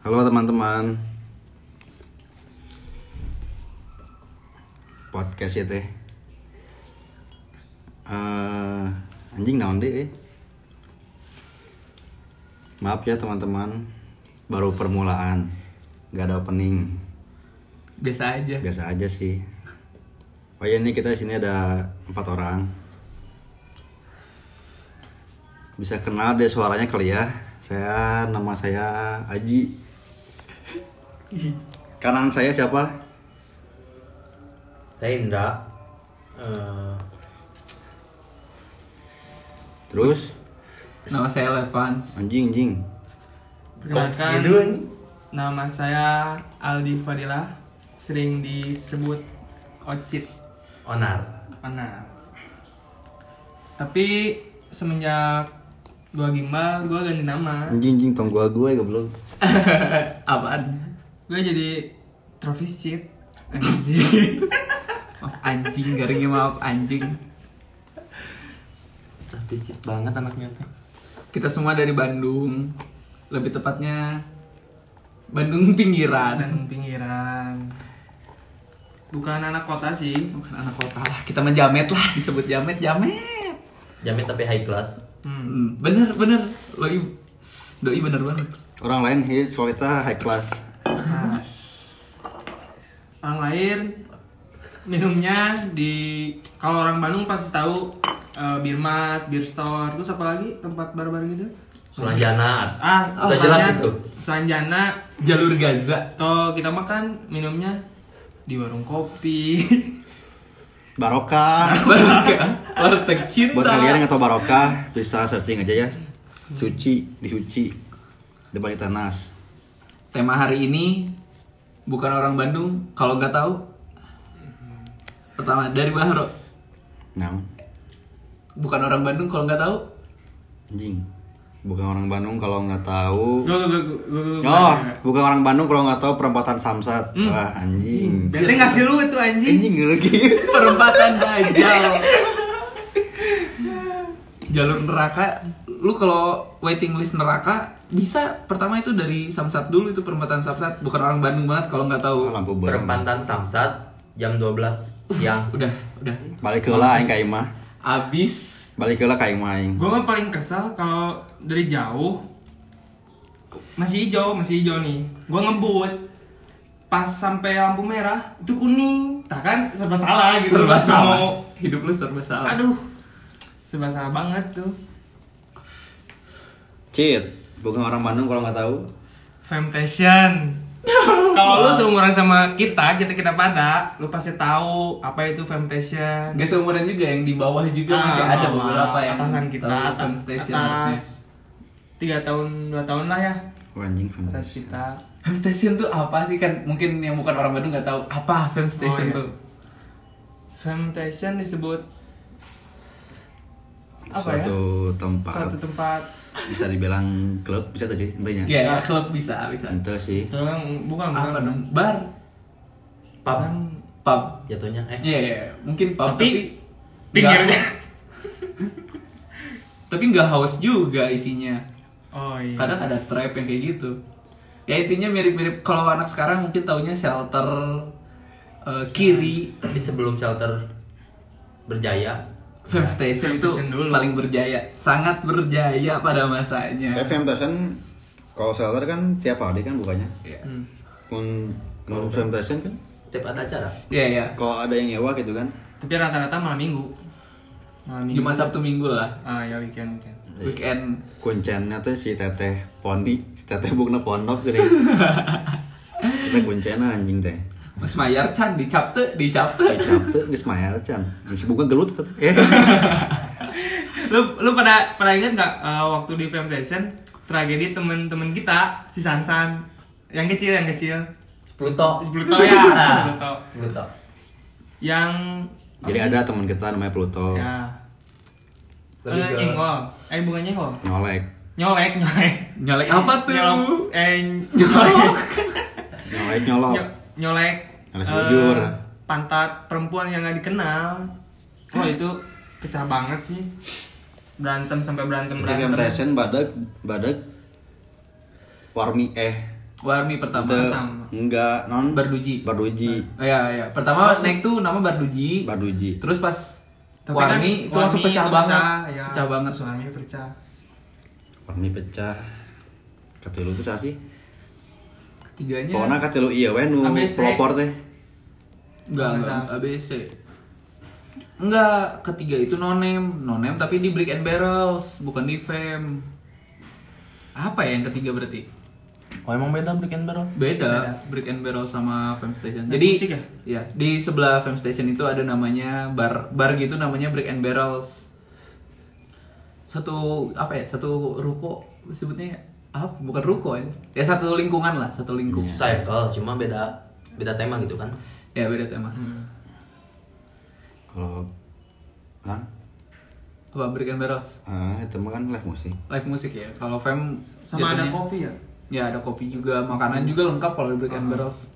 Halo teman-teman. Podcast ya teh. Anjing naon deh. Maaf ya teman-teman. Baru permulaan. Gak ada opening. Biasa aja sih. Oh ya, ini kita di sini ada 4 orang. Bisa kenal deh suaranya kali ya. Nama saya Aji. Kanan saya siapa? Saya Indra. Terus? Nama saya Levans. Anjing. Perkenalkan, Gitu, ini. nama saya Aldi Fadila, sering disebut Ocit. Onar. Tapi semenjak gua gimbal, gua ganti nama. Anjing tong gue goblok. Apaan? Gua jadi Travis Cheat. Anjing. Maaf anjing, garingnya maaf anjing. Tapi cit banget anaknya tuh. Kita semua dari Bandung. Lebih tepatnya Bandung pinggiran. Dan pinggiran. Bukan anak kota sih. Bukan anak kota lah. Kita menjamet lah, disebut jamet. Jamet tapi high class. Bener. Doi bener banget. Orang lain hits, kalau kita high class. Orang lain minumnya di, kalau orang Bandung pasti tahu Birmat, Beer Store, terus apa lagi tempat bar-bar gitu? Sulanjana. Udah jelas itu. Sulanjana, Jalur Gaza. atau kita makan minumnya di warung kopi. Barokah. Warteg cinta. Buat kalian yang nggak tahu Barokah, bisa searching aja ya. Disuci depan di Tanas. Tema hari ini bukan orang Bandung. Kalau nggak tahu, pertama dari Bahro. Nah, Bukan orang Bandung kalau nggak tahu. anjing. Bukan orang Bandung kalau nggak tahu. Gue. Oh, bukan orang Bandung kalau nggak tahu perempatan Samsat. Wah, anjing. Bete ngasih lu itu anjing. Anjing lagi. Perempatan Dajjal. Jalur neraka. Lu kalau waiting list neraka bisa pertama itu dari Samsat dulu, itu perempatan Samsat. Bukan orang Bandung banget kalau nggak tahu. Lampu berem. Perempatan Samsat jam 12 siang. Udah. Balik ke lah aing ka imah. Abis. Balik ke lah ka imah aing. Gue mah paling kesal kalau dari jauh masih hijau nih. Gue ngebut pas sampai lampu merah itu kuning. Tak kan serba salah gitu. Serba Mau- salah. Hidup lu serba salah. Aduh, serba salah banget tuh. Cit, bukan orang Bandung kalau nggak tahu. Femtation. Kalau lu seumuran sama kita pada, lu pasti tahu apa itu Femtation. Gak seumuran juga, yang di bawah juga masih ada beberapa yang atasan kita tahu Fun Station harusnya. atas 3 tahun 2 tahun lah ya Oh, anjing atas fantastis. kita. Fun Station tuh apa sih, kan mungkin yang bukan orang Bandung nggak tahu apa Fun Station Oh, iya. tuh. Femtation disebut apa ya? Suatu Suatu tempat. bisa dibilang klub, bisa tuh sih intinya. Ya, klub bisa. Itu sih. Bukan Apa dong? Bar, Pub pub. jatuhnya. Iya, mungkin pub Tapi tapi pinggirnya. tapi nggak house juga isinya. Oh iya. Kadang ada trap yang kayak gitu. Ya intinya mirip-mirip, kalau anak sekarang mungkin taunya shelter kiri. Tapi sebelum shelter berjaya, Fem Station itu Station dulu. paling berjaya, sangat berjaya pada masanya. Tapi Fantastion kalau shelter kan tiap hari kan bukannya. Iya. Mun Fantastion kan tiap ada acara. Iya. kalau ada yang nyewa gitu kan. Tapi rata-rata malam minggu. Jumat Sabtu Minggu lah. Ah ya weekend. Weekend. Kuncennya tuh si Teteh Pondi, si Teteh bukna pondok gini. Kita kuncennya anjing teh. Mas Mayar Chan dicap tuh. Dicap tuh geus mayar can. Geus buka gelut tuh. Lu pada ingat nggak waktu di Femtation tragedi temen-temen kita si Sansan yang kecil Pluto. si Pluto ya Pluto. yang Jadi ada teman kita namanya Pluto. ya Lebih ke- nyenggol bukan nyenggol Nyolek. nyolek Nyolek apa tuh? Nyolok. nyolek bujur. pantat perempuan yang nggak dikenal. Oh itu pecah banget sih, berantem sampai berantem. Temptation badak warmi Warmi pertama. Itu enggak non Barduji. Iya. Pertama naik tuh nama Barduji. Terus pas Tapi Warmi kan itu langsung pecah banget. ya. Pecah banget. Warmi pecah. Warmi pecah. Katilu tuh sih. Ketiganya Pokoknya katilu iya we nu ABC. pelopor teh. enggak ABC. Enggak, ketiga itu no name tapi di Brick and Barrels, bukan di Fame. Apa ya yang ketiga berarti? Oh emang beda Brick and Barrel? Beda. Brick and Barrel sama Fame Station. Nah, Jadi musik ya? ya, di sebelah Fame Station itu ada namanya bar gitu namanya Brick and Barrels. Satu ruko sebutnya apa? Bukan ruko ya. Ya satu lingkungan lah, satu lingkup. Circle, cuma beda tema gitu kan? Ya beda tema. Kalau kan Apa Brick and Barrels? itu mah kan live musik. Live musik ya. Kalau Fame Sama ada jatuhnya- kopi ya? Ya ada kopi juga, makanan juga lengkap kalau di Brick and Barrels.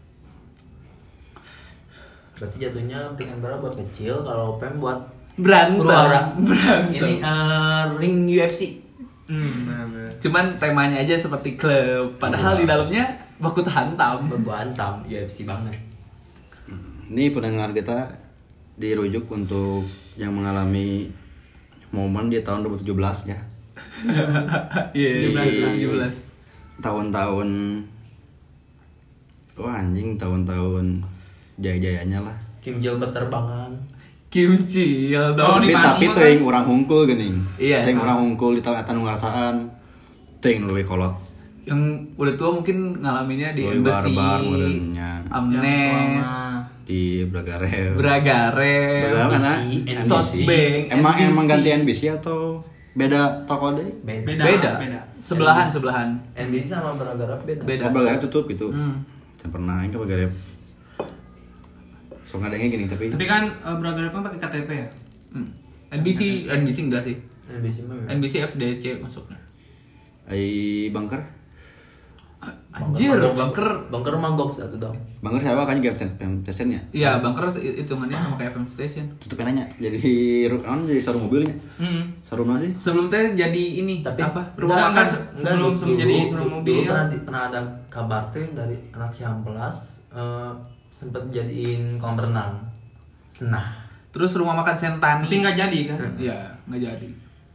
Berarti jatuhnya Brick and Barrel buat kecil, kalau PEM buat Berantem. ini ring UFC. Benar. Cuman temanya aja seperti klub, padahal di dalamnya baku hantam. Baku hantam UFC banget. Ini pendengar kita dirujuk untuk yang mengalami momen di tahun 2017 ya. Iya, 17. Tahun-tahun tahun-tahun jaya-jayanya lah. Kim Jil berterbangan. Kimchi ya Kalau dong. di Tapi Bandung teuing urang hungkul geuning. Iya, Teuing sama. urang hungkul di tahun eta nu ngarasaan. Teuing leuwih kolot. Yang udah tua mungkin ngalaminnya di Leuwih Embassy, barbar modelnya. Amnes, Di Bragare. Bragare, Bragare mana? NBC. Softbank, Emang NBC. ganti NBC atau beda toko deh? Beda. Sebelahan. NBC sama Bragara beda. Beda. Oh, Bragare tutup gitu. Hmm. Saya pernah ke Bragare. So ngadengnya gini tapi Tapi kan Bragara kan pakai KTP ya? NBC enggak sih. NBC mah NBC FDC masuknya. ai bunker. Anjir, bunker. Bunker mah box atau dong. Bunker saya kan juga tesennya. Iya, bunker hitungannya sama kayak FM Station. Tutupnya nanya jadi jadi saru mobilnya. Saru mana sih? Sebelum teh jadi ini Tapi apa? rumah Rumah makan. makan. Sebelum jadi suruh mobil. Pernah ada kabar tuh dari anak Cihampelas sempet jadiin kolam renang. Senah. Terus rumah makan Sentani. Tapi nggak jadi kan? Iya, nggak jadi.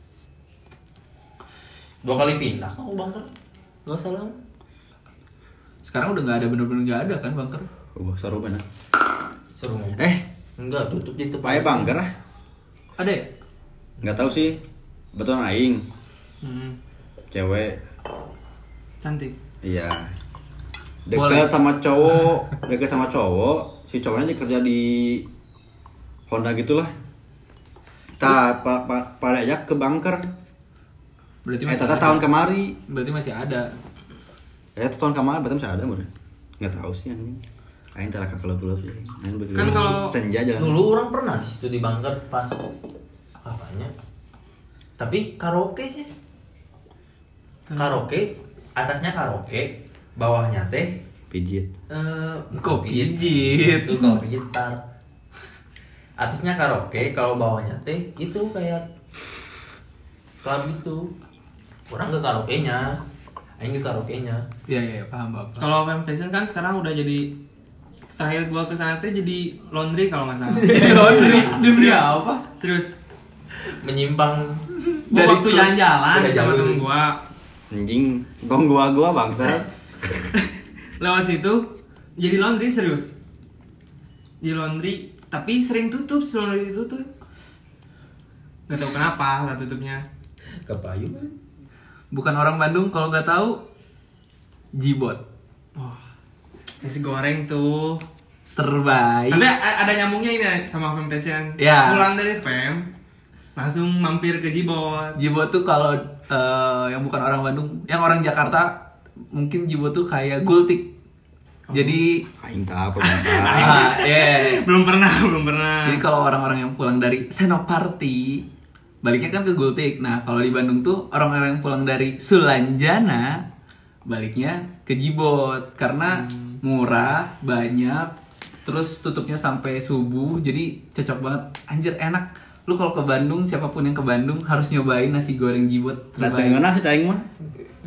2 kali pindah kan bunker. Gak salah. Sekarang udah nggak ada, bener-bener nggak ada kan bunker. Oh, saru mana? Seru mobil. Enggak, tutup itu. Pakai bunker ah. Ada ya? Nggak tahu sih. Betul aing. Cewek. Cantik. Iya. Boleh. Dekat sama cowok, si cowoknya kerja di Honda gitulah. Pada ajak ke bunker. Berarti masih Tata ada. tahun kemari. Berarti masih ada. Tahun kemari berarti masih ada meureun. Nggak tahu sih anjing. Aing teh raka keleup-keleup sih. Aing begitu. Kan kalau- senja jalan. Dulu orang pernah di situ di bunker pas apanya? Tapi karaoke sih. Karaoke, atasnya karaoke, bawahnya teh Pijit. Kopi pijit. Itu kopi pijit star. Atasnya karaoke, kalau bawahnya teh itu kayak klub gitu. Orang ke karaoke-nya. Aing ke karaoke-nya. Iya, paham Bapak. Kalau FM Station kan sekarang udah jadi terakhir gua ke sana tuh jadi laundry kalau nggak salah. Laundry demi apa? Serius. Menyimpang Gua Dari waktu klub. jalan-jalan Beda sama jalur. temen gua Anjing, gong gua bangsa. lewat situ jadi laundry serius. Di laundry tapi sering tutup, laundry tutup. Gak tahu kenapa nggak tutupnya. ke payu. Bukan orang Bandung kalau nggak tahu Jibot Wah, nasi goreng tuh. terbaik. Tapi ada nyambungnya ini sama FM Station. Ya. Pulang dari FM langsung mampir ke Jibot. Jibot tuh kalau yang bukan orang Bandung, yang orang Jakarta mungkin Jibot tuh kayak gultik. Jadi Aing tak apa bangsa. Belum pernah. Jadi kalau orang-orang yang pulang dari Senopati baliknya kan ke Gultik. Nah, kalau di Bandung tuh orang-orang yang pulang dari Sulanjana baliknya ke Jibot karena murah, banyak, terus tutupnya sampai subuh. Jadi cocok banget. Anjir enak. Lu kalau ke Bandung, siapapun yang ke Bandung harus nyobain nasi goreng Jibot Dateng mana sih cai mah?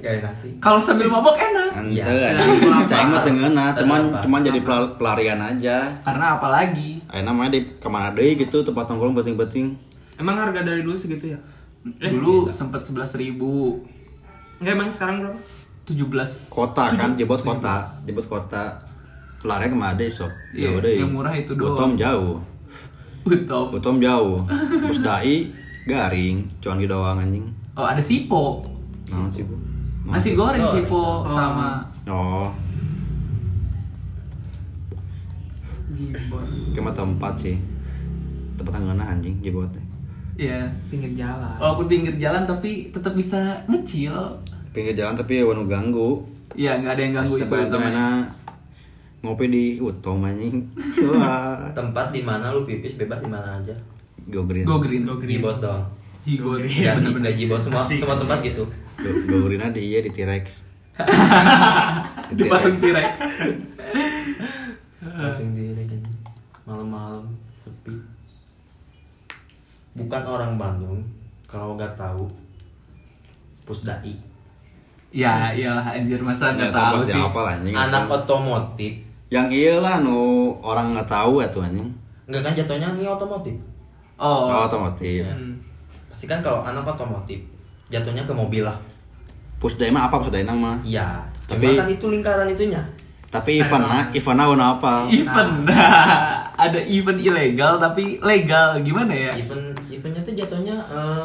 kayak nasi. Kalau sambil mabok enak. Ente Iya. cai mah teu ngeunah, Kenapa? cuman jadi pelarian aja. Karena apalagi Ayeuna mah di kemana deui gitu tempat nongkrong penting-penting. Emang harga dari dulu segitu ya? dulu sempet 11.000, Enggak, emang sekarang berapa? 17. Kota kan, jebot kota. Pelarian kemana deui sok? Iya, Jauh deui. yang murah itu doang. Utom jauh. Betul. Jauh. Pusdai garing, cuan gitu doang anjing. Oh, ada Sipo. Naon sih, Bu? Naon Nasi sih? goreng Oh, Sipo sama Oh, Jibot. kemana tempat sih? Tempat ngeunah anjing jebot teh. Iya. Pinggir jalan. Walaupun pinggir jalan tapi tetap bisa ngecil. Pinggir jalan tapi wanu ganggu. Iya, nggak ada yang ganggu itu Sebenarnya utamanya. ngopi di Utom anjing. Wah. Tempat di mana lu pipis bebas di mana aja. Go green. Go green. Jibot doang. Jibot. Iya sih, Bener-bener. nggak jibot semua Asik. semua tempat gitu. Go green ada iya di T-Rex. Di patung T-Rex. Langsung diri kan. Malam-malam sepi. Bukan orang Bandung kalau nggak tahu Pusdai. Ya, iyalah anjir masa nggak Nggak tahu tahu pasti sih. apa lah, anjing. Anak otomotif. Yang iya lah nu orang nggak tahu ya tuh anjing. Enggak kan jatuhnya ini otomotif. Oh, Oh, otomotif. Ya. Pasti kan kalau anak otomotif jatuhnya ke mobil lah. Pusdai mah apa Pusdai mah? Iya. Tapi- Cuma kan itu lingkaran itunya. Tapi Ivana warna apa? event. Ada event ilegal tapi legal. Gimana ya? Eventnya tuh jatuhnya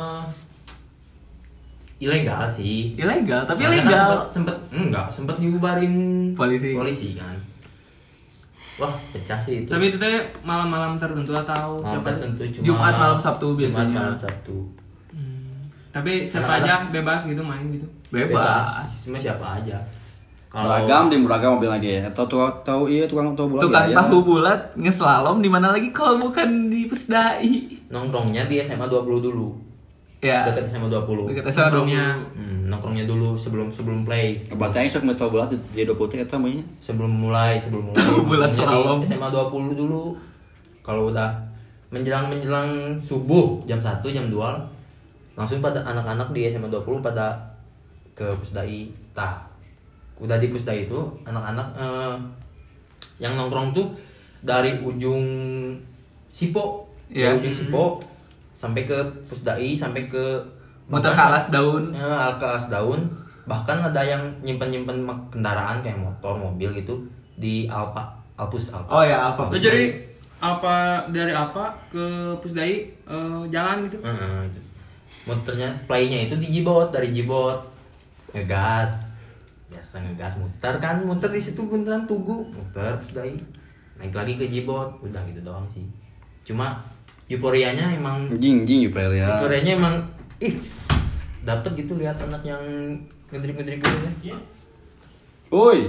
ilegal sih. Ilegal, tapi Soalnya kan legal. sempet dibubarin Polisi. kan. Wah, pecah sih itu. Tapi itu teh malam-malam tertentu atau malam coba- tertentu cuma Jumat malam Sabtu biasanya. Jumat malam Sabtu. Tapi siapa Anak-anak- aja bebas gitu main gitu. Bebas. Cuma siapa aja. Beragam di beragam mobil lagi ya. Tahu iya tukang tahu bulat. Tukang ya. tahu bulat ngeslalom di mana lagi kalau bukan di Pusdai. Nongkrongnya di SMA 20 dulu. Ya. Dekat SMA 20. Dekat SMA 20. Nongkrongnya. Nongkrongnya dulu sebelum play. Bacanya sok mau tahu bulat di 20 teh eta mah nya. Sebelum mulai. Tahu bulat Nongkrongnya slalom. di SMA 20 dulu. Kalau udah menjelang subuh jam 1 jam 2 langsung pada anak-anak di SMA 20 pada ke Pusdai. Udah di Pusdai itu anak-anak yang nongkrong tuh dari ujung Sipo, Iya. dari ujung Sipo sampai ke Pusdai, sampai ke Muter ke alas daun. ke alas daun. Bahkan ada yang nyimpen kendaraan kayak motor, mobil gitu di Alpus. Oh ya, apa? Oh, jadi apa dari apa ke Pusdai jalan gitu. Itu. Muternya playnya itu di Jibot, dari Jibot ngegas, biasa ngegas muter di situ beneran Tugu, muter Pusdai, naik lagi ke Jibot, udah gitu doang sih. Cuma euforianya emang Jing ya. euforianya emang dapet gitu lihat anak yang ngedrip gitu ya. Woi.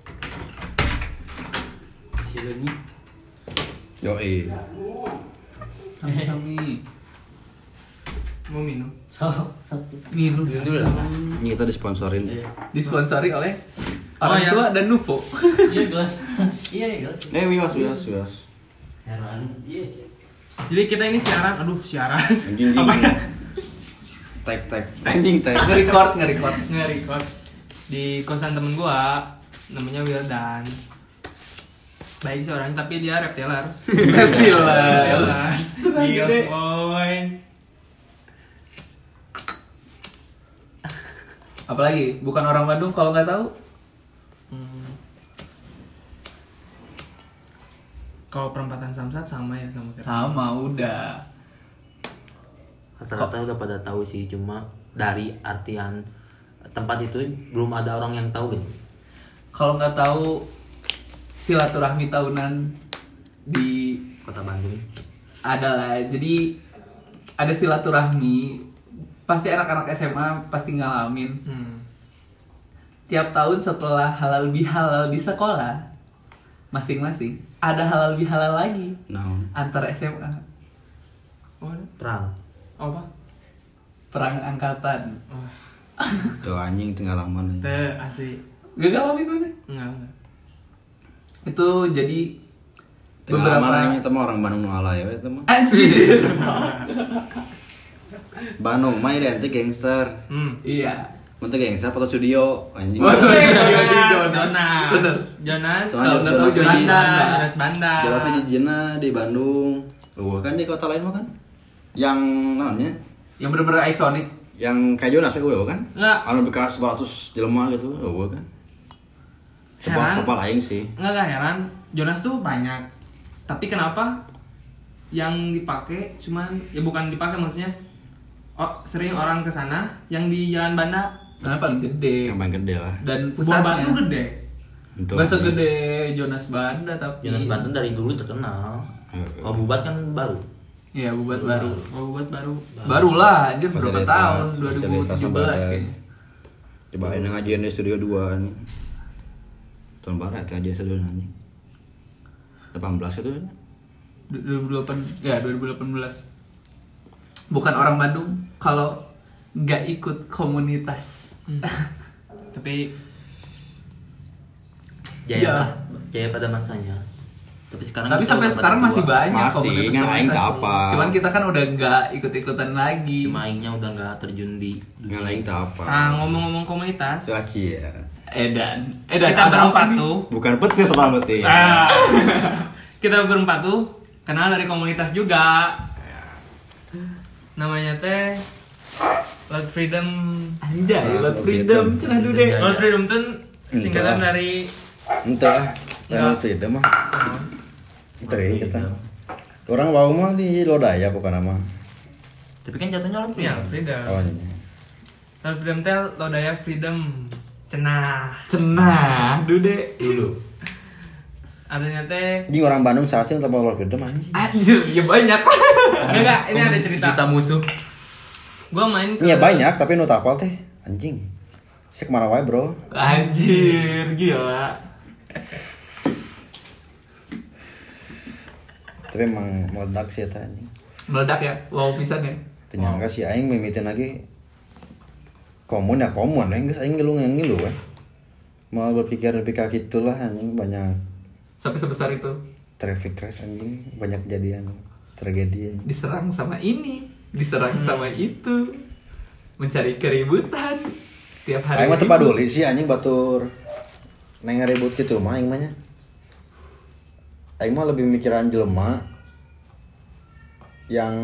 Si Leni. Yoi. Sami-sami. Mau minum. Minum Dulu lah. Ini kita disponsorin. disponsori oleh Oh, orang ya. tua dan Nuvo. Iya gelas. Iya gelas. Wios. Heran. Iya. Jadi kita ini siaran, siaran. Anjing. Apa ya? Tag. Anjing tag. Nge-record. Nge-record di kosan temen gua namanya Wildan. Baik sih orangnya tapi dia reptilers. Reptilers. Iya, boy. Apalagi bukan orang Bandung kalau nggak tahu. Kalau perempatan Samsat sama ya sama kita. Sama udah. Rata-rata udah pada tahu sih, cuma dari artian tempat itu belum ada orang yang tahu gitu. Kalau nggak tahu silaturahmi tahunan di Kota Bandung. ada lah. Jadi ada silaturahmi. Pasti anak-anak SMA pasti ngalamin. Tiap tahun setelah halal bihalal di sekolah masing-masing ada halal bihalal lagi Naon? antar SMA. Oh, ada? Perang. Apa? Perang angkatan. Tuh anjing tinggal lama nih. Teh asli. Gak ngalamin mana? Enggak. Itu jadi Tinggal lama nanya teman orang Bandung nu alay we teman. Anjir. Bandung mah identik gangster. Iya. Untuk gangster foto studio anjing. Waduh, Jonas Soalnya Jonas Jonas Banda. Jelas aja Jena di Bandung. Kan di kota lain mah kan. Yang namanya yang bener-bener ikonik. yang kayak Jonas kan? Enggak. Anu bekas 100 jelema gitu, kan. Heran. Coba lain sih. Enggak heran, Jonas tuh banyak. Tapi kenapa yang dipakai cuman ya bukan dipakai maksudnya sering orang ke sana yang di Jalan Banda Soalnya paling gede. Yang paling gede lah. Dan Buah pusatnya. Batu gede. Untuk Gak segede Jonas Banda tapi. Jonas Banten dari dulu terkenal. Kalau Bubat kan baru. Iya, bubat baru. Oh, buat baru. Barulah, anjir berapa Fasilitas- tahun? fasilitas 2017 badan. kayaknya. Cobain ngajian di studio 2 nih. Tahun barat aja studio nanti. 18 gitu kan. 2018. Bukan orang Bandung kalau nggak ikut komunitas. Tapi Jaya Iya. lah. Jaya pada masanya. Tapi sekarang Tapi kita sampai udah sekarang pada masih tua. banyak Masih, komunitas. kan aing tak apa. Cuman kita kan udah nggak ikut-ikutan lagi. Cuma aingnya udah nggak terjun di Nggak lain tak apa. ngomong-ngomong komunitas, Itu aci ya. Edan kita ada berempat apa nih? tuh. Bukan petis lah berarti. Ah. Kita berempat tuh kenal dari komunitas juga. Namanya teh Lord Freedom. Anjay, Ah, Lord Freedom, cenah dude. Iya, Lord Freedom tuh Entah. singkatan dari Entah. Enggak. Yang itu mah. Itu ya kita. Orang bau mah di Lodaya bukan nama. Tapi kan jatuhnya Lord ya Freedom. Freedom. Oh ini. Lord Freedom teh Lodaya Freedom. Cenah. Cenah, dude. Dulu. Artinya teh Jing orang Bandung sasing tanpa Lord Freedom anjing. Anjir, ya banyak. enggak, ini ada cerita. Kita musuh. Gua main ke Iya banyak tapi nu tapal teh anjing. Saya kemana wae bro? Anjir, gila. Tapi emang meledak sih eta anjing. Meledak ya, wow pisan ya. Ternyangka si aing mimitin lagi komun geus aing ngilu we. Mau berpikir gitulah anjing banyak Sampai sebesar itu traffic crash anjing, banyak kejadian tragedi. Anjing. diserang sama ini, diserang sama itu. Mencari keributan. Tiap hari. Aing mah teu paduli sih anjing batur neng ribut gitu mah aing mah nya. Aing mah lebih mikiran jelema yang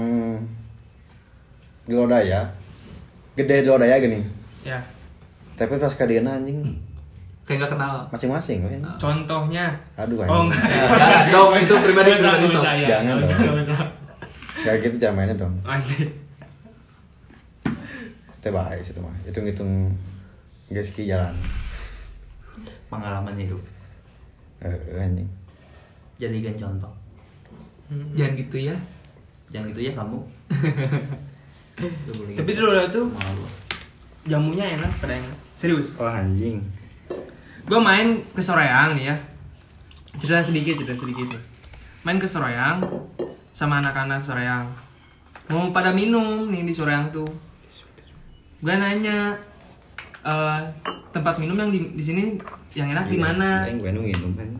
di Lodaya, gede di Lodaya gini. ya. Tapi pas ka dieu anjing Kayak gak kenal. masing-masing we. Contohnya. Aduh Oh, anjing. enggak. Ya, jangan dong, itu pribadi Nggak usah, pribadi nggak sok. usah, ya. Jangan Nggak usah, dong. nggak usah. Kayak gitu jangan mainnya dong. Anjir. Teh bae situ mah. Hitung-hitung geus ki jalan. Pengalaman hidup. Anjing. Jadikan contoh. Jangan gitu ya. Jangan gitu ya kamu. Gak boleh Tapi gitu. dulu tuh Malu. jamunya enak pada yang serius. Oh anjing. Gue main ke Soreang nih ya. Cerita sedikit nih. Main ke Soreang sama anak-anak Soreang. Mau pada minum nih di Soreang tuh. Gue nanya tempat minum yang di sini yang enak di mana? Aing gue nginum kan.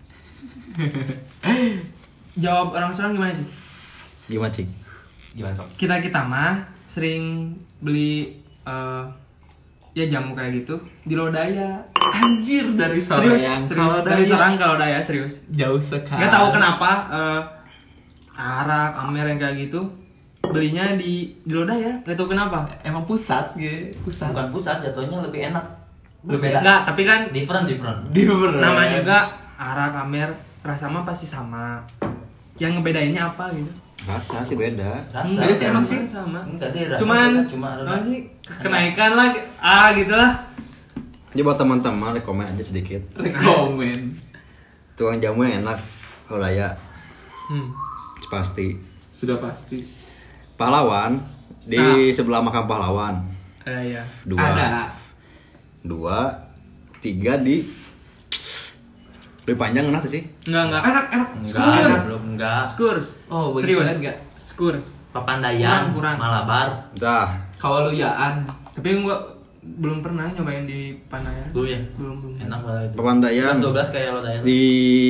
Jawab orang Soreang gimana sih? Gimana cik? Gimana sok? Kita mah sering beli ya jamu kayak gitu di Lodaya. Anjir, dari Serius, Soreang ke serius. Lodaya. Dari Soreang ke Lodaya serius. Jauh sekali. Nggak tahu kenapa arak, amer yang kayak gitu belinya di Lodaya. Nggak tahu kenapa. Emang pusat gitu, pusat. Bukan pusat, jatuhnya lebih enak. Berbeda. Nggak, tapi kan Different. Di beberapa. namanya juga arak, amer, rasa mah pasti sama. Yang ngebedainnya apa gitu? Rasa sih beda. Rasa. Enggak sih, emang sama. sih sama. Enggak deh, rasa Cuman beda, cuma apa sih kenaikan lah gitu lah. Jadi buat teman-teman rekomen aja sedikit. Rekomen. Tukang jamu yang enak. Lodaya Hmm. pasti. Sudah pasti. Pahlawan di sebelah makam pahlawan. Ada ya. Ada. 2, 3 di lebih panjang enak tuh sih. Enggak. Enak. Enggak, belum enggak. Skurs. Oh, bagi serius. kalian nggak? Skurs. Papandayan, Kurang. Malabar. Dah. Kalau lu yaan. Tapi gua belum pernah nyobain di Pandayan. Dulu ya. Belum. Enak banget. Pemandayan 11-12 kayak lo tanya. di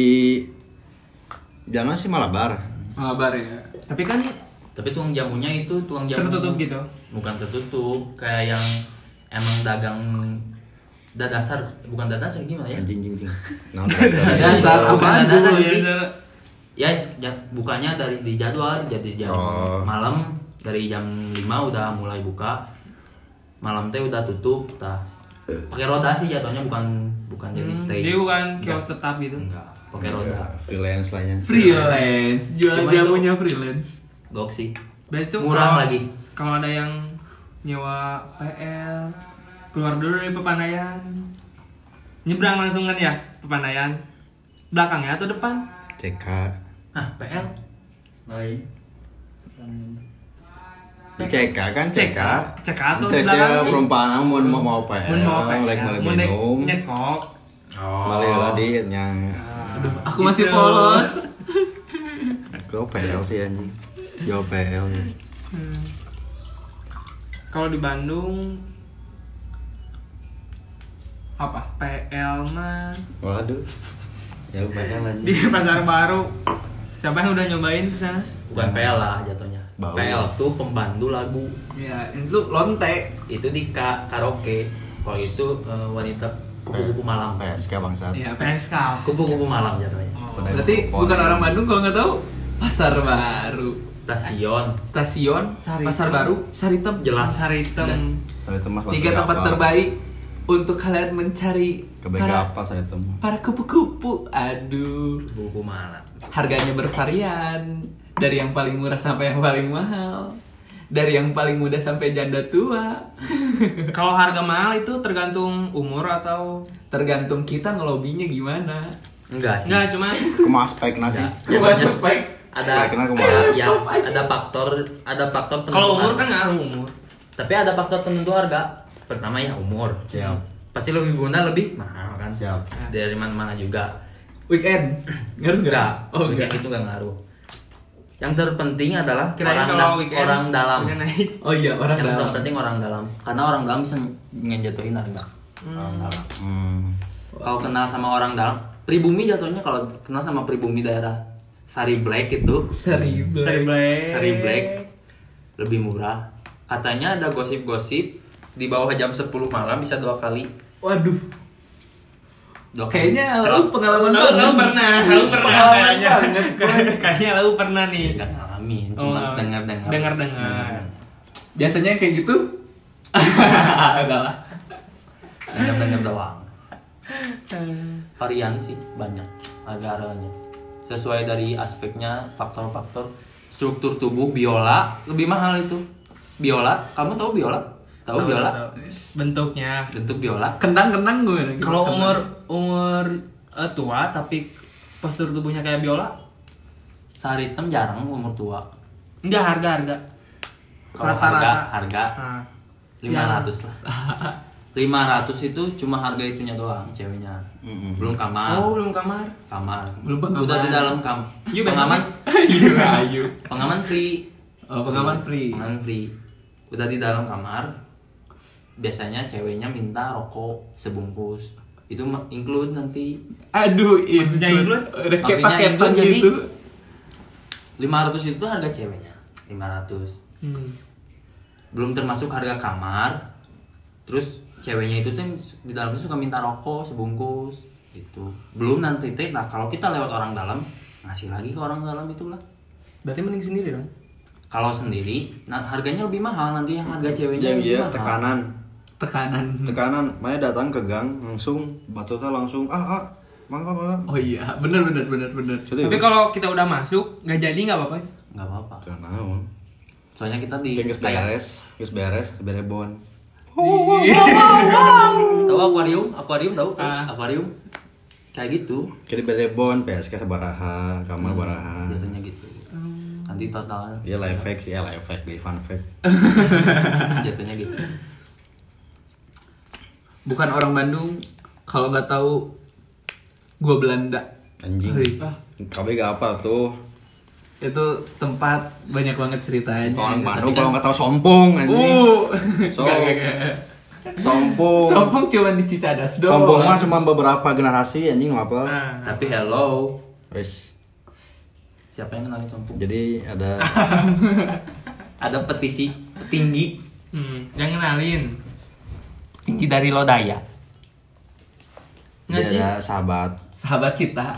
jangan sih Malabar. Malabar ya. Tapi kan Tapi tukang jamunya itu tukang jamu tertutup gitu. Bukan tertutup, kayak yang emang dagang dasar, bukan dasar gimana ya? Anjing. Nah, Dasar apaan Bukan dasar dulu? sih. Ya, bukannya dari di jadwal, jadi jam malam dari jam 5 udah mulai buka. Malam teh udah tutup, pakai roda sih jatuhnya, bukan jadi stay. Dia bukan kios tetap gitu. Enggak, pakai roda. freelance lah ya. Freelance, jual Cuma jamunya freelance. Gok sih. Berarti tuh Murah kalau- lagi. Kalau ada yang nyewa PL, keluar dulu dari Pepandayan. Nyebrang langsung kan ya Pepandayan. Belakangnya atau depan? CK. Ah, PL. Lain. CK kan CK. CK atau Tes belakang ya nih? perumpamaan mau PL. Mun mau PL, Lek mau mun minum. nyekok. Malah lah di yang Aduh, aku masih Gitu. polos. Gue PL sih anjing. Jual PL ya. Kalau di Bandung Apa? PL mah Waduh. Ya PL anjing. di Pasar Baru. Siapa yang udah nyobain ke sana? Bukan PL lah jatuhnya. Bau. PL tuh pembantu lagu. Ya, itu lonte. Itu di karaoke. Kalau itu wanita kupu-kupu malam. PSK bangsat. Ya, PSK. Kupu-kupu malam jatuhnya. Berarti bukan orang Bandung kalau nggak tahu. Pasar Baru, Stasiun. stasiun, Saritem. Pasar Baru, Saritem. Jelas. Saritem. Saya temah. 3 tempat terbaik untuk kalian mencari Kebega apa saya temah. para kupu-kupu. Aduh, Kupu-kupu malam. harganya bervarian dari yang paling murah sampai yang paling mahal, dari yang paling muda sampai janda tua. Kalau harga mahal itu tergantung umur atau Tergantung kita ngelobinya gimana. Enggak sih. enggak, cuma Kemas spek nasi. Cuma spek. Ada Kena kemana? ya, ada faktor penentu kalau umur harga. kan ngaruh umur. Tapi ada faktor penentu harga. Pertama ya umur. Siap. Pasti lebih guna lebih mahal kan. Siap. Dari mana-mana juga. Weekend. Ngaruh nggak? Enggak. Oh, Weekend itu enggak ngaruh. Yang terpenting adalah Kirain orang, kalau weekend orang dalam. udah naik. Oh iya, orang Yang dalam. terpenting orang dalam. Karena orang dalam bisa ngejatuhin harga. Orang dalam. Kalau kenal sama orang dalam, pribumi jatuhnya kalau kenal sama pribumi daerah Sari Black itu, Sari Sari Black. Sari Black lebih murah. Katanya ada gosip-gosip di bawah jam 10 malam bisa 2 kali. Waduh. 2 kali. Kayaknya Celak. lu pengalaman Lu pernah Pengalaman kayaknya. banget. Kayaknya lu pernah nih. Nggak ngalamin, Oh, cuma nggak. dengar-dengar. Dengar-dengar. Biasanya kayak gitu. Enggak lah. Dengar-dengar doang. Varian sih banyak harga-harganya. Sesuai dari aspeknya, faktor-faktor struktur tubuh biola lebih mahal itu. Biola, kamu tahu biola? Tahu biola? Bentuknya. Bentuk biola. Kentang-kentang gue. Kalau umur tua tapi postur tubuhnya kayak biola, Saritem jarang umur tua. enggak harga. Kalau harga Nah, 500 lah. 500 itu cuma harga itunya doang, ceweknya. Belum kamar. oh, belum kamar. Kamar. Belum pengaman. Udah di dalam Yuk, pengaman. Iya, ayo. Pengaman free. Oh, pengaman free. Pengaman free. Udah di dalam kamar. Biasanya ceweknya minta rokok sebungkus. Itu include nanti. Aduh, itu Maksudnya include? udah kayak Maksudnya paketan include, jadi gitu. 500 itu harga ceweknya. 500. Belum termasuk harga kamar. Terus ceweknya itu tuh di dalam itu suka minta rokok sebungkus gitu. Belum nanti teh, nah kalau kita lewat orang dalam ngasih lagi ke orang dalam itulah. Berarti mending sendiri dong. Kalau sendiri, nah harganya lebih mahal nanti yang harga ceweknya Yang lebih iya mahal. tekanan. Tekanan. Maya datang ke gang langsung batutnya langsung mangga. Oh iya, bener. Tapi kalau kita udah masuk, nggak jadi nggak apa-apa. Nggak apa-apa. Jangan. Soalnya kita di Geus beres bon. tahu akuarium tahu Ah. akuarium kayak gitu. Jadi berebon PSK sabaraha, kamar baraha. Jatuhnya gitu. Nanti total Iya live fact sih, live fact, fun fact. jatuhnya gitu. Bukan orang Bandung kalau nggak tahu gua Belanda. Anjing. Wih, Kabe gak apa tuh. itu tempat banyak banget ceritanya. Orang Bandung Tapi kalau kan- nggak tahu sompong anjing. So- Nggak. Sompong. Sompong cuma di Cicadas doang. Sompong mah cuma beberapa generasi anjing apa. Nah, Tapi hello, Wes. siapa yang kenalin sompong? Jadi ada Ada petisi tinggi. yang kenalin. tinggi dari lodaya. Nggak sih? Dia sahabat Sahabat kita.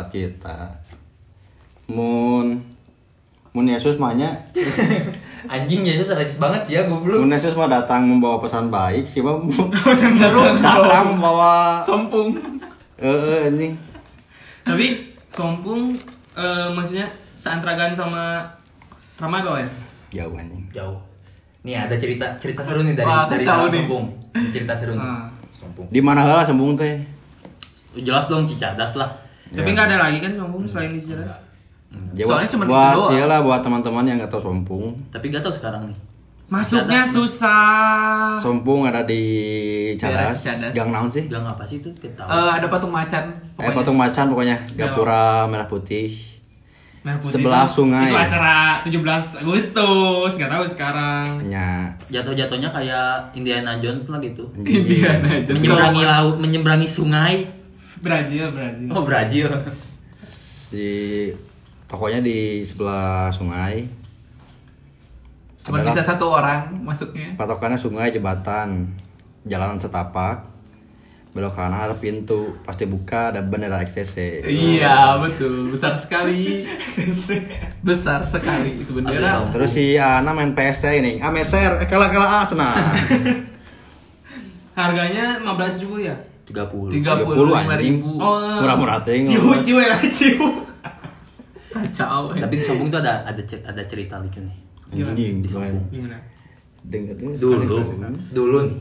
Mun Yesus mahnya Anjing Yesus rasis banget sih ya, goblok. Mun Yesus mah datang membawa pesan baik sih mah Cenderung datang membawa sompung. ini Tapi sompung maksudnya seantragan sama Ramai bawa ya? jauh anjing. Jauh. Nih ada cerita seru nih dari Wah, kacau nih. Sompung. Ini cerita seru nih. Ah. Sompung. Di mana lah sembung teh? Jelas dong Cicadas lah. Tapi Ya. nggak ada lagi kan sompung selain di Cicadas? Ya, Soalnya cuma itu buat doang. iyalah buat teman-teman yang nggak tahu Sompung. Tapi gak tahu sekarang nih. Masuknya Cicadas, susah. Sompung ada di Daerah Cadas. Cicadas. Gang naon sih? Gang apa sih itu? Kita tahu. Ada patung macan. pokoknya. Patung macan pokoknya. Gapura merah putih. Merah putih Sebelah itu- sungai. Itu acara 17 Agustus, nggak tahu sekarang. Hanya Jatuh-jatuhnya kayak Indiana Jones lah gitu. Indiana Jones. Menyeberangi laut, menyeberangi sungai. Brazil. Oh Brazil. si tokonya di sebelah sungai. Cuma Adalah bisa satu orang masuknya. patokannya sungai, jembatan, jalanan setapak. Belok kanan ada pintu, pasti buka ada bendera XTC. Iya betul, besar sekali. Besar sekali itu bendera. Terus si Ana main PST ini, meser, kalah senang. Harganya 15.000 ya? 30. 35.000. Oh, Murah-murah teh. Ciu ya, ciu. Kacau. Tapi di Sompung tuh ada cerita lucu nih. Anjing, Di Sompung. Gimana? Denger Dulu nih.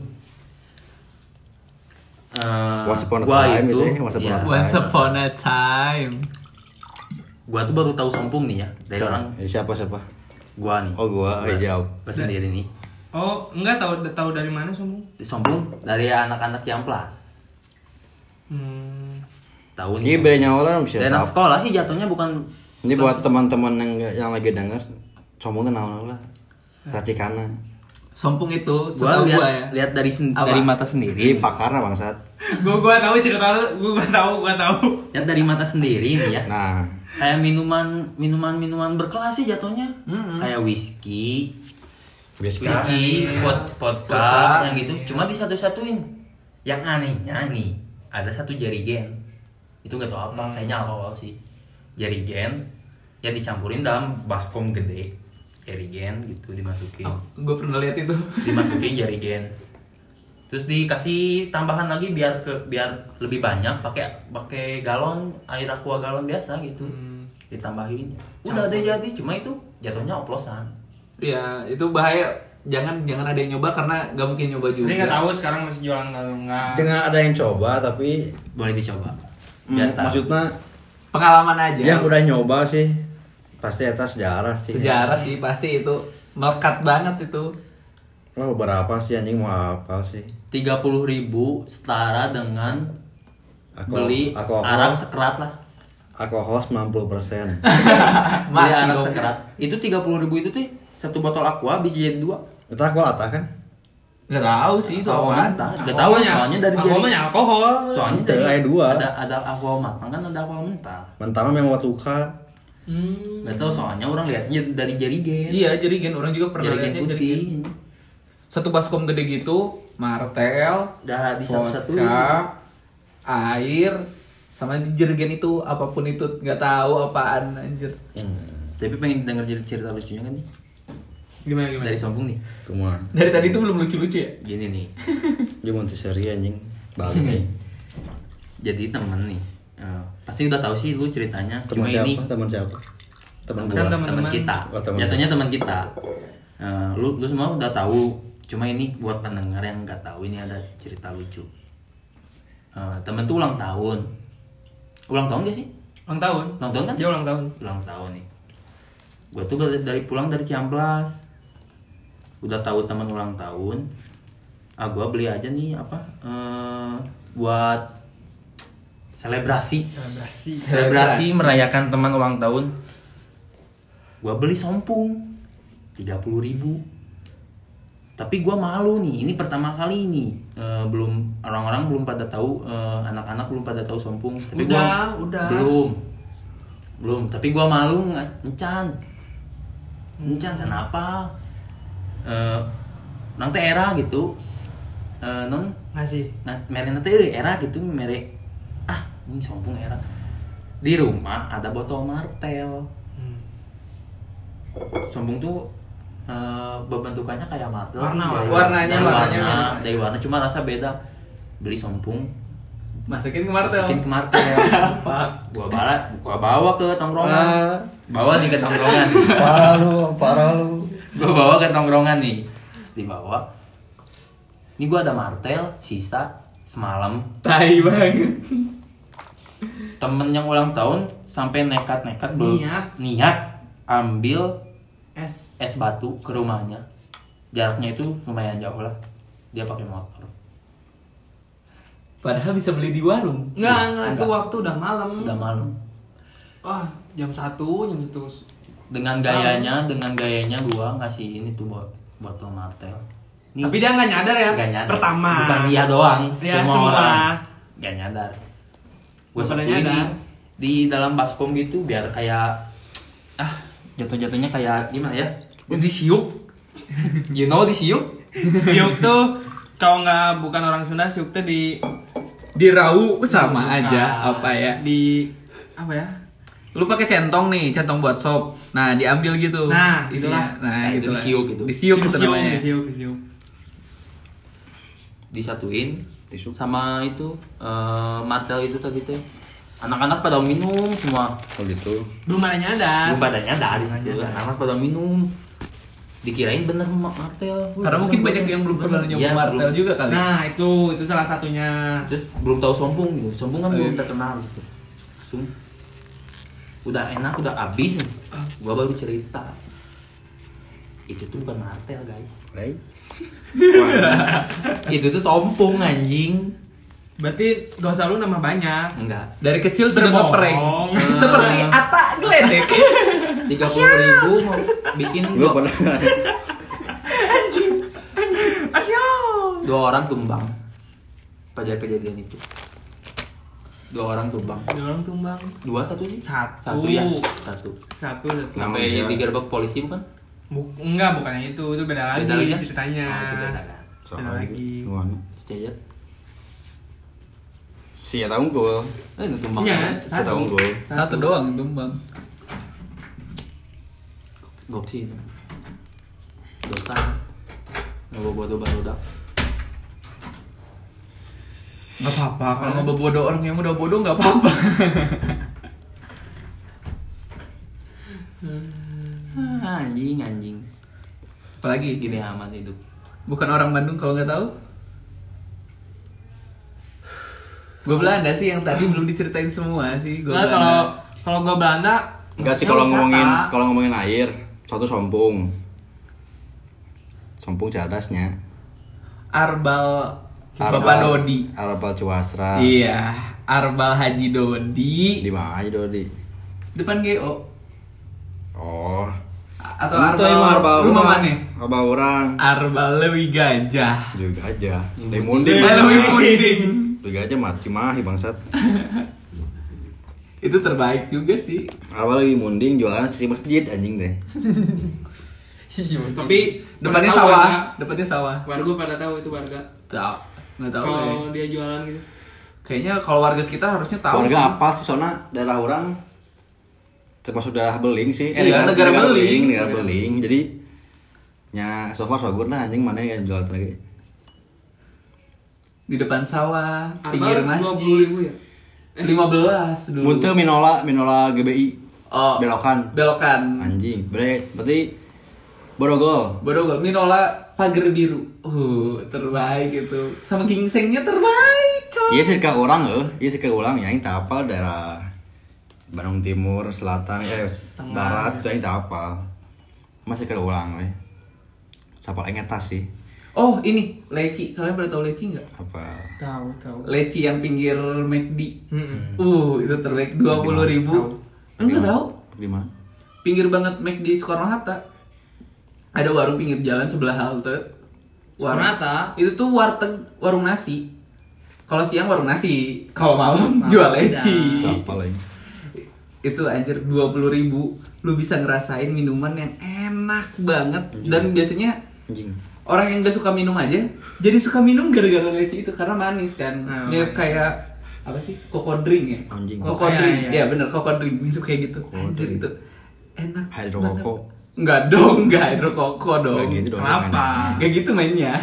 Once upon a Gua time itu, itu ya, once upon a iya, time. Once upon a time. Gua tuh baru tahu Sompung nih ya dari orang Siapa? gua nih. Oh gua, jauh. Gua sendiri nih. Oh, enggak tahu dari mana sombong? Di Sompung dari anak-anak Ciamplas. Tahu nih. Ini bedanya orang bisa Dari anak tahu. sekolah sih jatuhnya bukan. Ini buat teman-teman yang lagi denger, sombong tuh naon lah. Racikana. Sompung itu Gua setahu lihat gua ya. lihat Apa? dari mata Ini sendiri. pakarna bangsat. Gua tahu cerita lu, gua tahu. Lihat dari mata sendiri nih ya. Nah, Kayak minuman berkelas sih jatuhnya. Kayak whisky, vodka, Vodka. yang gitu. Cuma disatu-satuin. Yang anehnya nih, ada satu jerigen. Itu nggak tahu apa, kayaknya alkohol sih. Jerigen ya dicampurin dalam baskom gede. Jerigen gitu dimasukin. Gue pernah lihat itu. Dimasukin jerigen. Terus dikasih tambahan lagi biar lebih banyak pakai galon air aqua galon biasa gitu. Ditambahin. Udah ada jadi, cuma itu jatuhnya oplosan. Ya itu bahaya. Jangan ada yang nyoba karena nggak mungkin nyoba juga. Ini nggak tahu sekarang masih jualan atau enggak. jangan ada yang coba tapi Boleh dicoba. Biar tahu. maksudnya Pengalaman aja. yang udah nyoba sih pasti atas sejarah sih. Sejarah sih pasti itu melekat banget itu. Oh, berapa sih anjing mau apa sih? 30.000 setara dengan beli alkohol. arak sekerat lah. Alkohol 90%. Beli Mati arak dong. sekerat. Itu 30.000 itu tuh satu botol aqua bisa jadi 2. Itu alkohol atah kan? Nggak tahu sih itu Aqua apaan. mentah. Gak tahu soalnya dari Alkoholnya alkohol. Soalnya Itu dari kayak 2. ada aqua matang kan ada aqua mentah. Mentama yang mau tuka. Gak tahu soalnya orang lihatnya dari jerigen. Iya jerigen orang juga pernah Jerigen lihatnya putih. jerigen. Satu baskom gede gitu, martel, Udah di satu-satu. vodka, air, sama jerigen itu apapun itu nggak tahu apaan anjir. Tapi pengen denger cerita lucunya kan nih. Gimana? Dari Sompung nih. Cuma Dari tadi itu belum lucu-lucu ya? Gini nih. dia mau seri anjing. Balik nih. Jadi temen nih. Pasti udah tahu sih lu ceritanya. Teman Cuma siapa? ini Teman siapa? Teman teman gua. teman kita. Oh, teman. Jatuhnya teman kita. Lu semua udah tahu. Cuma ini buat pendengar yang nggak tahu ini ada cerita lucu. Temen tuh ulang tahun. Ulang tahun gak sih? Ulang tahun. Ulang tahun kan? Dia ulang tahun. Ulang tahun nih. Gue tuh pulang dari Ciamplas. Udah tahu teman ulang tahun. Gue beli aja nih apa? Buat selebrasi merayakan teman ulang tahun. Gua beli Sompung 30.000. Tapi gua malu nih, ini pertama kali ini belum orang-orang belum pada tahu, anak-anak belum pada tahu Sompung. Tapi Udah. belum. Tapi gua malu encan kenapa? Nang era gitu. non Ngasih. nah mere nanti era gitu mere ini sombong era di rumah ada botol martel sombong tuh bentukannya kayak martel sih, warnanya dari warna cuma rasa beda beli sompung Masukin ke martel. Apa? Gua bawa ke tongkrongan. Bawa nih ke tongkrongan. Parah lu. Gua bawa ke tongkrongan nih. Terus dibawa. Ini gua ada martel sisa semalam. Tai banget. Temen yang ulang tahun sampai nekat-nekat niat ambil es batu ke rumahnya. Jaraknya itu lumayan jauh lah. Dia pakai motor. Padahal bisa beli di warung. Enggak, itu waktu udah malam. Udah malam. Wah, jam 1. Dengan gayanya gua ngasihin itu botol martel. Nih, Tapi dia nggak nyadar ya. gak nyadar. Pertama. Bukan dia doang, Ya, semua semua. orang gak nyadar. Gua Pada satuin nyadar. di dalam baskom gitu biar kayak jatuh-jatuhnya kayak gimana ya? Disiuk. You know disiuk? Siuk tuh kalau nggak bukan orang Sunda, siuk tuh Dirau sama Bukan. aja apa ya? Di apa ya? Lu pakai centong nih, centong buat sop. Nah, diambil gitu. Nah, isinya. itulah. Nah, Nah, itu gitu. disiuk gitu. Disiuk itu namanya. Disiuk. Disatuin Tisu. sama itu martel itu tadi teh. Anak-anak pada minum semua. Oh gitu. Belum ada nyadar. Belum pada nyadar di situ. Anak-anak pada minum. Dikirain bener martel. Karena mungkin banyak yang belum pernah nyoba Iya, martel belum. juga kali. Nah, itu salah satunya. Terus belum tahu sompung gitu. Sompung kan Iya. belum terkenal gitu. Langsung udah enak, udah habis nih. Gua baru cerita. Itu tuh bukan martel, guys. Baik. Itu tuh sompung anjing. Berarti dosa lu nambah banyak. Enggak. Dari kecil sudah Berbohong. ngeprank. Seperti Atta Gledek. 30.000 mau bikin Gua pernah. Asyik. 2 orang tumbang. Pada kejadian itu. 2 orang tumbang. Dia orang tumbang. 2 1 sih? Satu. Ya? Satu. Satu. Nama Sampai siapa? digerebek polisi bukan? Enggak, bukannya itu beda lagi Beda lagi kan? ceritanya. Oh, itu beda kan. Soalnya lagi. Nuan. Sejajar. Si ya tahu gua. Ini tumbang. Iya, kan? Si tahu gua. Satu doang yang tumbang. Gopsi itu. Dosa. Ngebawa-bawa. Gak apa-apa, kalau nggak bodoh orang yang udah bodoh nggak apa-apa. Anjing. Apalagi Gini amat hidup. bukan orang Bandung kalau nggak tahu. Gue Belanda sih yang tadi belum diceritain semua sih. Gue Nah, kalau gua Belanda Enggak sih maksudnya kalau wisata. ngomongin air, satu sompung. Sompung cerdasnya. Arbal Bapak Dodi. Arbal Cuasra. Iya, Arbal Haji Dodi. Di mana aja Dodi? Depan GO. Oh. Atau Itu emang Arbal rumah mana? Arbal orang. Arbal Lewi Gajah. Juga aja. Dari munding. Lewi Puding. Juga aja mati mahi bangsat. Itu terbaik juga sih. Arbal lagi munding jualan di masjid anjing deh. Tapi Depannya pada tahu sawah, warga. depannya sawah. Warga pada tahu itu warga. Tahu, nggak tahu Kalau deh. dia jualan gitu. Kayaknya kalau warga sekitar harusnya tahu Warga sih. apa sih soalnya daerah orang termasuk daerah beling sih. Iya, negara beling. Negara beling. Jadi nya so far so good lah anjing mana yang jual lagi. Di depan sawah, Arbal pinggir masjid. 20.000 ya? 15 dulu. Muntah Minola GBI. Oh, Belokan. belokan. Anjing. Berarti Borogol. Bodogol, Minola pagar biru. Terbaik itu. Sama gingsengnya terbaik, coy. Iya sih ke orang iya sih ke orang yang tak apa daerah Bandung Timur, Selatan, Barat itu yang tak apa. Masih ke orang weh. Sapal engetas sih. Oh, ini leci. Kalian pernah tahu leci nggak? Apa? Tahu. Leci yang pinggir McD. Itu terbaik 20.000. Tahu. Enggak tahu? Di mana? Pinggir banget McD Soekarno-Hatta. Ada warung pinggir jalan sebelah halte. Soekarno-Hatta? Itu tuh warung nasi. Kalau siang warung nasi, kalau malam jual leci. Tak apa lagi. Itu anjir 20.000 lu bisa ngerasain minuman yang enak banget dan biasanya Anjing. orang yang gak suka minum aja jadi suka minum gara-gara leci itu karena manis kan. Oh, Mirip kayak apa sih? Koko drink ya? Anjing. Koko Iya, drink. iya. Iya bener, koko drink mirip kayak gitu. Anjir itu enak. Hydrokoko. Enggak dong, enggak hidrokoko dong. Enggak gitu dong. Kenapa? Kayak gitu mainnya.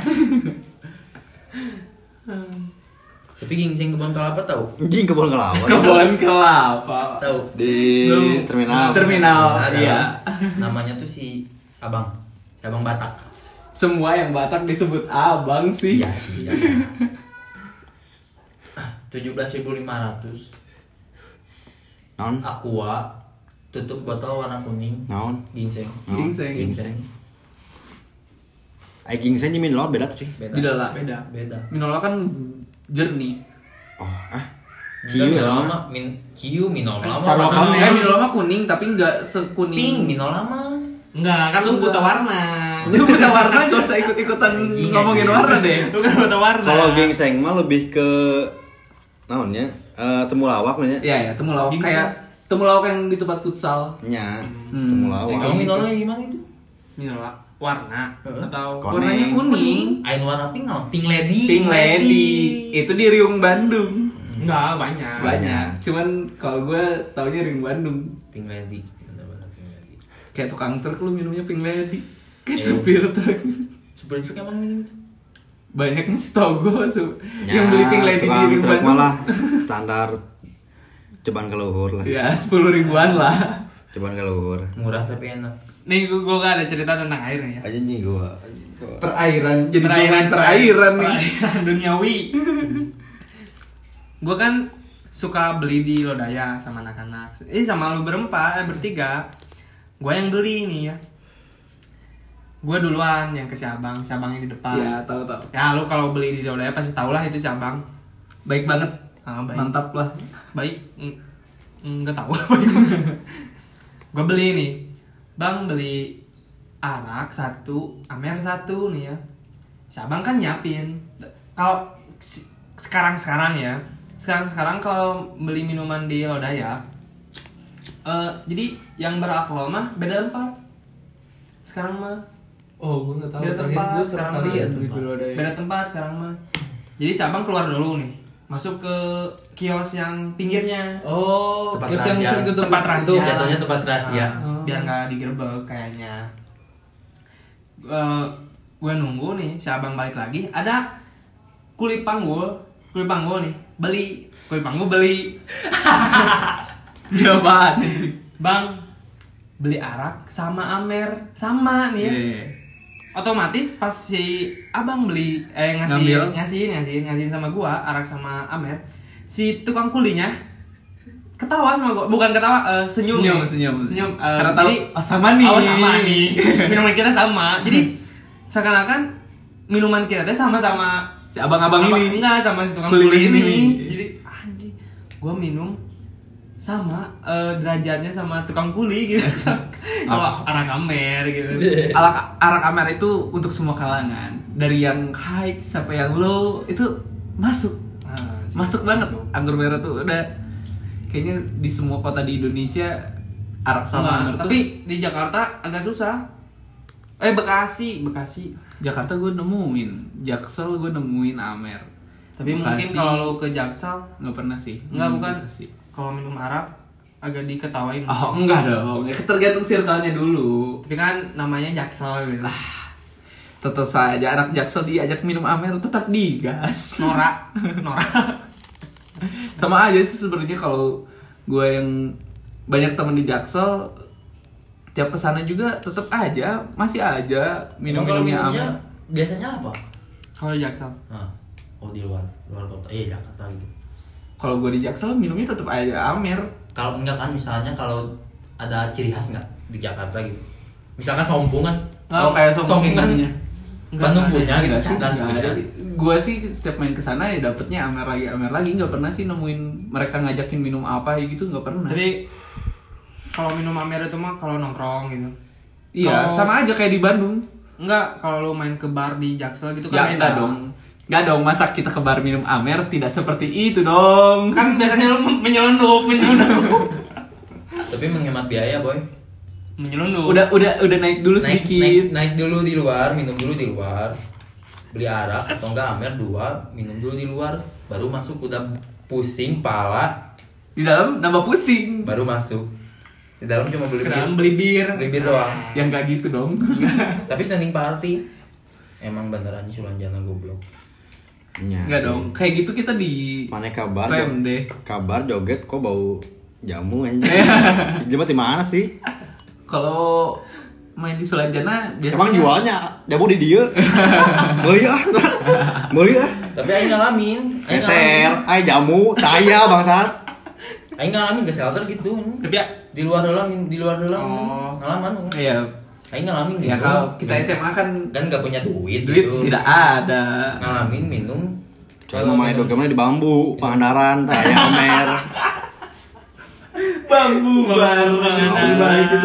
Tapi gingseng kebun kelapa tahu? Anjing kebun kelapa. Kebun kelapa. Tahu. Di terminal. Terminal, Ada. iya. Namanya tuh si Abang Batak. Semua yang Batak disebut abang sih. Iya sih. 17.500 Naon? Aqua tutup botol warna kuning Naon? ginseng. Ginseng. Ginseng jeung mineral beda tuh sih. Beda. Beda. Minola kan jernih. Oh, Ciu Ciu lama Ciu minolama. Sarwakan Eh, Minola mah kuning tapi enggak sekuning. Pink minolama. Enggak, kan lu buta warna. Lu buta warna gak usah ikut-ikutan Anjing, ngomongin anjing. warna deh. Lu kan buta warna. Kalau ginseng mah lebih ke naonnya? Temulawak namanya. Iya ya, temulawak Ginseng. kayak temulawak yang di tempat futsal. Nya, Hmm. temulawak. Kalau minolama gimana itu? Minola warna atau Koneng. Warnanya kuning. Ain warna pink non? Pink lady. Pink Lady. Itu di Riung Bandung. enggak banyak. Banyak. Cuman kalau gue taunya Riung Bandung. Pink lady. Benar-benar pink lady. Kayak tukang truk lu minumnya Pink Lady. Kayak Iya. supir truk. Super truk emang minum. Banyak yang setahu gue Ya, yang beli Pink Lady di tukang Riung truk Bandung. malah standar ceban ke luhur lah. Ya 10 ribuan lah. Ceban ke luhur. Murah tapi enak. Nih gua gak ada cerita tentang air nih ya. Aja nih gua. Perairan. Jadi Perairan perairan nih. perairan duniawi. Gua kan suka beli di Lodaya sama anak-anak. Sama lu bertiga. Gua yang beli nih ya. Gua duluan yang ke si Abang yang di depan. Ya tahu. Ya lu kalau beli di Lodaya pasti tau lah itu si Abang. Baik banget. Baik. Mantap lah. Baik. Enggak tahu. Gua beli nih. Bang beli arak 1, amer 1 nih ya. Si Abang kan nyiapin. Kalau sekarang ya. Sekarang kalau beli minuman di Lodaya jadi yang beralkohol mah beda tempat. Sekarang mah Oh, gue nggak tahu. beda Terakhir tempat gue sekarang sekali ya mah. beli di Lodaya. Beda tempat sekarang mah. Jadi si Abang keluar dulu nih. Masuk ke kios yang pinggirnya. Oh, Tempat terus yang rahasia. sering tutup Tempat rahasia. tutup. Jatuhnya tempat rahasia. Biar nggak digerebek kayaknya. Gue nunggu nih si Abang balik lagi. Ada kulit panggul nih. Beli kulit panggul beli. Dia apaan sih? Bang beli arak sama amer sama nih ya. Iya. Otomatis pas si Abang beli Ngambil. ngasihin sama gua arak sama amer, si tukang kulinya ketawa sama gua, bukan ketawa, senyum Senyum. Karena tahu, jadi, oh, sama nih. oh, sama nih minuman kita sama, jadi seakan-akan minuman kita teh sama-sama Si abang-abang ini. enggak sama si tukang Kuli kuli ini. ini. Jadi anjing, gua minum sama derajatnya sama tukang kuli gitu. Kalau arak amer gitu. Arak amer itu untuk semua kalangan. Dari yang high sampai yang low itu masuk. Masuk banget. Anggur merah tuh udah kayaknya di semua kota di Indonesia arak sama amer tuh. Tapi di Jakarta agak susah. Bekasi. Jakarta gue nemuin, Jaksel gue nemuin amer. Tapi mungkin Bekasi kalau lu ke Jaksel nggak pernah sih. enggak bukan. Bekasi. Kalau minum arak agak diketawain. Oh enggak dong, ya tergantung circle-nya dulu. Tapi kan namanya Jaksel gitu. Tetap saja anak Jaksel diajak minum amer tetap digas. Norak. Sama aja sih sebenarnya kalau gue yang banyak temen di Jaksel tiap kesana juga tetap aja masih aja minum-minumnya Kalau amer. biasanya apa? Kalau di Jaksel. Nah, oh di luar kota. Jakarta gitu. Kalau gue di Jaksel minumnya tetap aja amer. Kalau enggak kan misalnya kalau ada ciri khas nggak di Jakarta gitu. Misalkan sombong kan. Oh kayak sombong kan. minumnya. Bandung punya gitu. Enggak sih, Nggak nggak ada sebenarnya. sih. Gue sih setiap main kesana ya dapetnya amer lagi nggak pernah sih nemuin mereka ngajakin minum apa gitu nggak pernah. Tapi kalau minum amer itu mah kalau nongkrong gitu. Iya kalau- sama aja kayak di Bandung. Enggak, kalau lu main ke bar di Jaksel gitu Ya kan enggak dong. Enggak dong, masa kita ke bar minum amer tidak seperti itu dong. Kan biasanya lu menyelundup. Tapi menghemat biaya, boy. Menyelundup. Udah naik dulu sedikit. naik dulu di luar, minum dulu di luar, beli arak atau enggak Amer 2, minum dulu di luar, baru masuk. Udah pusing pala, Di dalam nambah pusing. baru masuk. Di dalam cuma beli Ke dalam bir, beli bir. doang. Yang gak gitu dong. Tapi standing party. Emang benerannya Sulanjana goblok. Nya Enggak sih. dong. Kayak gitu kita di Mana kabar? PMD. Kabar joget kok bau jamu anjing. Jamu di mana sih? Kalau main di Sulanjana biasanya Emang jualnya jamu di dia? Meuli ah. Meuli ah. Tapi aing ngalamin. Eser, ay jamu, caya bangsat. Aing ngalamin ke shelter gitu. Tapi ya Di luar dalam Oh. ngalaman. Iya. Aing ngalamin gitu. Ya kalau kita SMA kan kan nggak punya duit duit gitu. tidak ada. Ngalamin minum. Coba main dogemnya di bambu, Pangandaran, caya Amer. Bambu barang baik itu.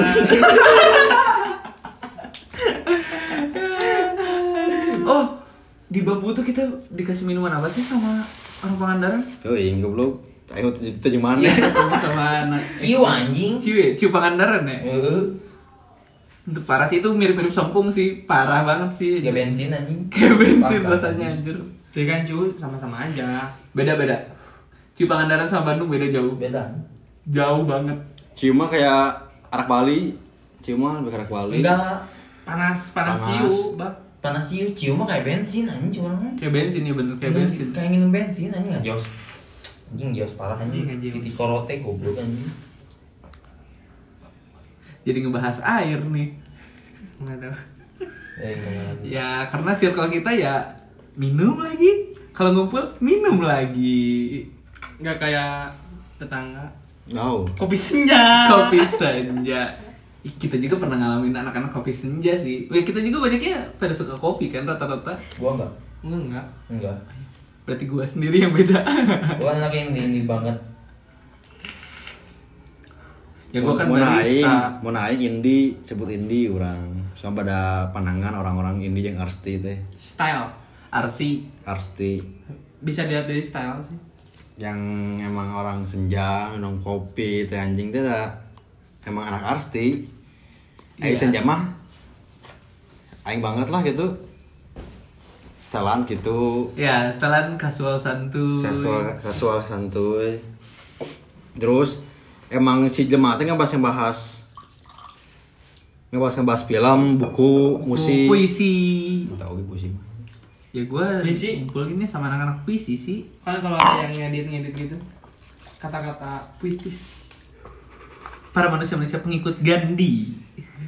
Oh, di bambu tuh kita dikasih minuman apa sih sama orang Pangandaran? Tuh, goblok. Ayo itu gimana? Iya, sama anak Ciu anjing. Ciu Pangandaran ya. Heeh. Untuk parah sih itu mirip-mirip sompung sih, parah banget sih. Tiga bensin anjing. Kayak bensin Paksa. rasanya anjir. Tapi kan cu sama-sama aja. Beda-beda. Ciu Pangandaran sama Bandung beda jauh. Beda. Jauh banget. Ciuma kayak arak Bali. Ciuma lebih ke arak Bali. Enggak. Panas Panas. ciu, Bang. Panas ciu mah kayak bensin anjing cuma. Kayak bensin ya bener kayak bensin. Kayak minum bensin anjing enggak jos. Anjing jos parah anjing. Anjing, Titik korote goblok anjing. Jadi ngebahas air nih. Enggak tahu. Gimana lagi? Ya karena circle kita ya minum lagi. Kalau ngumpul minum lagi. Enggak kayak tetangga. No. Kopi senja. Kopi senja. Kita juga pernah ngalamin anak-anak kopi senja sih. Ya, kita juga banyaknya pada suka kopi kan rata-rata. Gua enggak. Enggak. Enggak. Berarti gua sendiri yang beda. Gua anak yang ini banget. Ya gua kan mau naik, barista. mau naik indie, sebut indie orang. Sama pada pandangan orang-orang indie yang arsti teh. Style. Arsi. Arsti Bisa dilihat dari style sih. yang emang orang senja minum kopi teh anjing teh dah emang anak arsti. Iya. Senja mah aing banget lah gitu. Setelan gitu. Ya, setelan kasual santuy. Kasual santuy. Terus emang si jemaah teh ngebahas film, buku, musik. Puisi. Tahu gitu puisi. Ya gua Puisi? ngumpul gini sama anak-anak puisi sih. Kan kalau ada yang ngedit gitu. Kata-kata puitis. Para manusia-manusia pengikut Gandhi.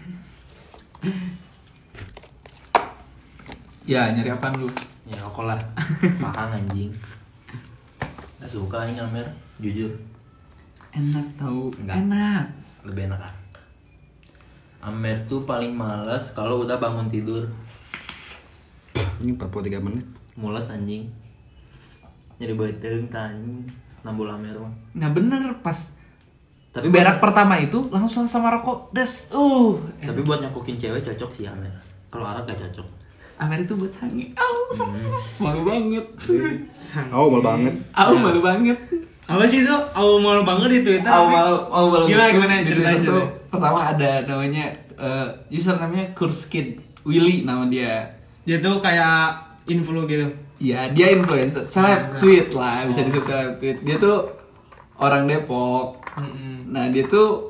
Ya, nyari apaan lu? Ya rokok lah. Makan anjing. Gak suka anjing Amer, jujur. Enak tau. Enggak. Enak. Lebih enak ah. Amer tuh paling malas kalau udah bangun tidur. Ini 43 menit. Mules anjing. Jadi beteng tanya nambul Amer mah. Nah bener pas Tapi berak pertama itu langsung sama rokok des. Tapi buat nyokokin cewek cocok sih Amer. Kalau arak gak cocok. Amer itu buat sange. Malu banget. Oh, mal banget. Malu banget. Apa sih itu? Malu banget di Twitter. Malu. Gimana Di ceritain Twitter tuh aja. pertama ada namanya user namanya Kurskid Willy nama dia. Dia tuh kayak influ gitu. Ya dia influencer, seleb tweet lah bisa disebut seleb tweet. Dia tuh orang Depok. Nah dia tuh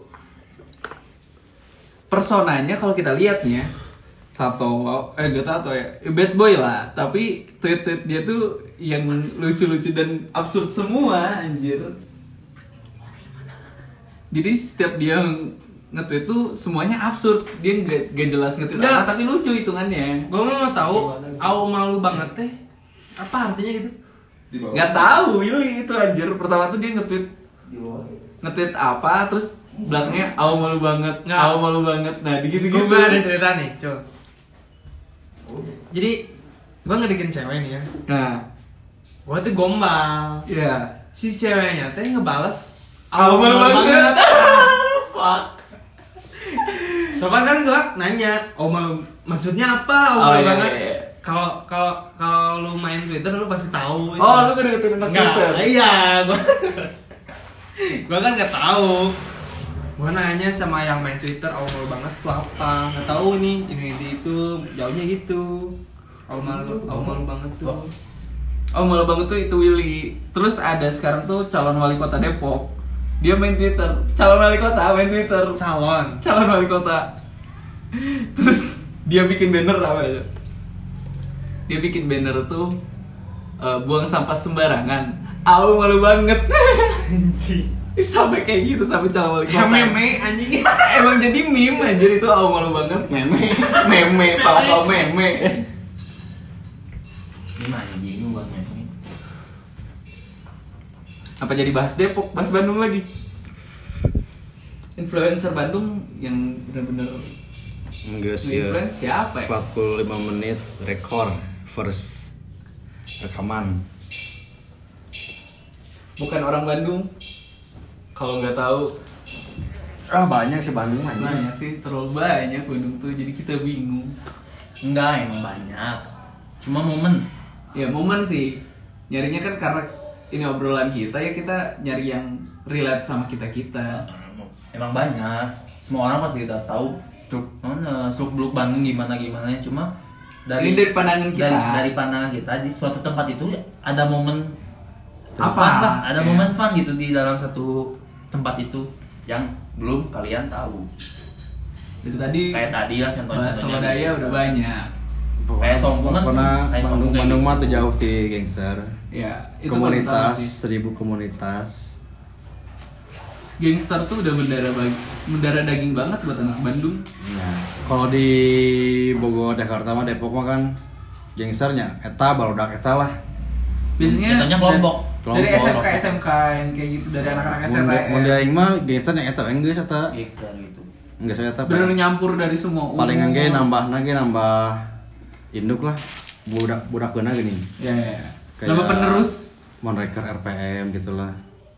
personanya kalau kita lihat nih ya gak tato ya bad boy lah, tapi tweet dia tuh yang lucu-lucu dan absurd semua anjir. Jadi setiap dia nge-tweet tuh semuanya absurd, dia gak jelas nge-tweet Nggak. apa, tapi lucu hitungannya. Gue mau tahu, malu banget teh. Apa artinya gitu? Nggak tahu Willy itu anjir. Pertama tuh dia nge-tweet apa, terus belakangnya malu banget, Nggak. malu banget. Nah gitu-gitu. Gue ada cerita nih, coba. Jadi gue ngedekin cewek nih ya. Nah, Gue tuh gombal. iya. Si ceweknya teh ngebales Malu banget. Fuck. Soalnya kan gue nanya, malu maksudnya apa? Malu Iya, banget. iya. Kalau lu main Twitter lu pasti tahu. Oh, lu udah deketin anak Nggak, Twitter? iya, gue kan nggak tahu. Gua nanya sama yang main Twitter awal malu banget tuh apa? Nggak tahu nih, ini itu jauhnya gitu. Awal malu banget tuh. Oh malu banget tuh itu Willy. Terus ada sekarang tuh calon wali kota Depok. Dia main Twitter. Calon wali kota main Twitter. Calon wali kota. Terus dia bikin banner apa ya? Dia bikin banner tuh buang sampah sembarangan. Aku malu banget. Anjing. Sampai kayak gitu sampai calon wali kota. Meme anjing. Emang jadi meme anjir itu aku malu banget. Meme pala kau meme. Ini mah anjing buat meme. Apa jadi bahas Depok, bahas Bandung lagi? Influencer Bandung yang benar-benar Enggak sih. influence siapa ya? 45 menit rekor first rekaman. Bukan orang Bandung. Kalau nggak tahu Banyak sih Bandung aja. banyak sih, terlalu banyak Bandung tuh jadi kita bingung. Enggak, emang banyak. Cuma momen. Ya momen sih. Nyarinya kan karena ini obrolan kita ya kita nyari yang relate sama kita-kita. Emang banyak. Semua orang pasti udah tahu seluk beluk Bandung gimana cuma Ini dari pandangan kita. dari pandangan kita di suatu tempat itu ada momen Apa? fun lah, ada Ya. momen fun gitu di dalam satu tempat itu yang belum kalian tahu. Dari tadi Kayak tadi lah bahas contohnya. Swadaya udah banyak. Kayak sombong kan Pokoknya sih, kayak sombong kayak Bandung gitu. mah tuh jauh di gangster. Ya, itu Komunitas, paling utama sih. 1000 komunitas. Gangster tuh udah mendarah daging banget buat anak Bandung. Ya. Kalau di Bogor, Jakarta mah Depok mah kan gangsternya eta barudak eta lah. Biasanya Biasanya kelompok. dari Kelompok. SMK yang kayak gitu dari anak-anak Mun SMK. dia aing mah gangsternya eta geus eta. Gangster gitu. Enggak saya eta. Bener nyampur dari semua umur. Palingan ge nambah induk lah. Budak geuna geuning. Ya. Kayak Nama penerus. Monreker RPM gitulah.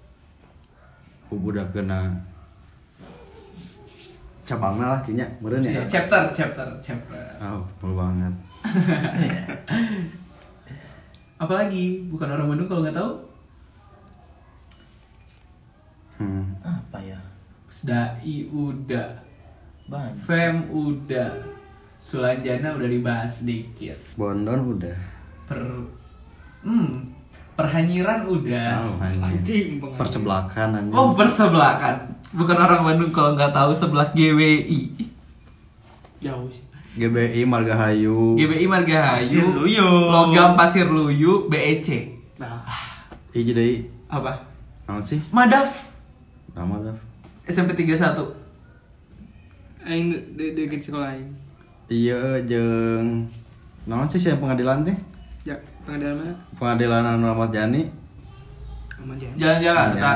Budak geuna cabangna lah kinya meureun ya. Chapter. Oh, malu banget. Apalagi bukan orang Bandung kalau nggak tahu. Apa ya? Dai udah, Banyak. Fem udah, Sulanjana udah dibahas sedikit. Bondon udah. Perhanyiran udah. Anjing. Persebelakan anjing. Oh persebelakan. Bukan orang Bandung kalau nggak tahu sebelah GWI. Jauh sih. GBI Margahayu. GBI Margahayu. Pasir Luyu. Logam Pasir Luyu. BEC. Nah, Iji deui. Apa? Naon sih? Madaf. Nama dah. SMP 31. aing deket sekolah aing. Iya jeung naon sih siapa pengadilan teh? Ya, pengadilan mana? Pengadilan anu Ahmad Yani. Aman jangan. Jalan Jakarta. Ya,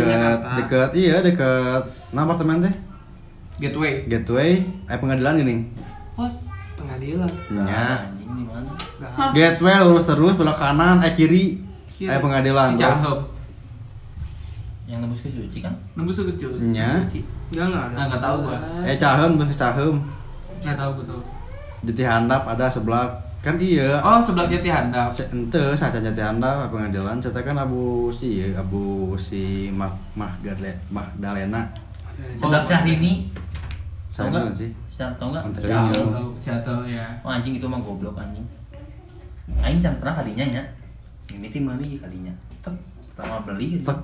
deket nah apartemen teh. Gateway. Gateway pengadilan ini. What? Pengadilan. Nya. Anjing di mana? Nah, Gateway lurus terus belok kanan kiri. Pengadilan. Cicahem. Yang nembus ke Suci kan? Nembus ke Cicahem. Nya. enggak ada. Ah, nggak tahu gua. Cahem bahasa Cahem. Nggak tahu betul. Jati handap ada sebelah kan iya. Oh sebelah Jati Handap. Ente saca Jati handap pengadilan cerita kan abu si Magdalena. Sebelah Syahrini. Saya Tahu nggak? nggak sih. Tahu nggak? Tahu. Siapa Tahu. tahu? Siapa tahu ya. Oh, anjing itu mah goblok anjing. Aing can pernah kadinya nya. Ini teh meuli kadinya. Tek pertama beli gitu.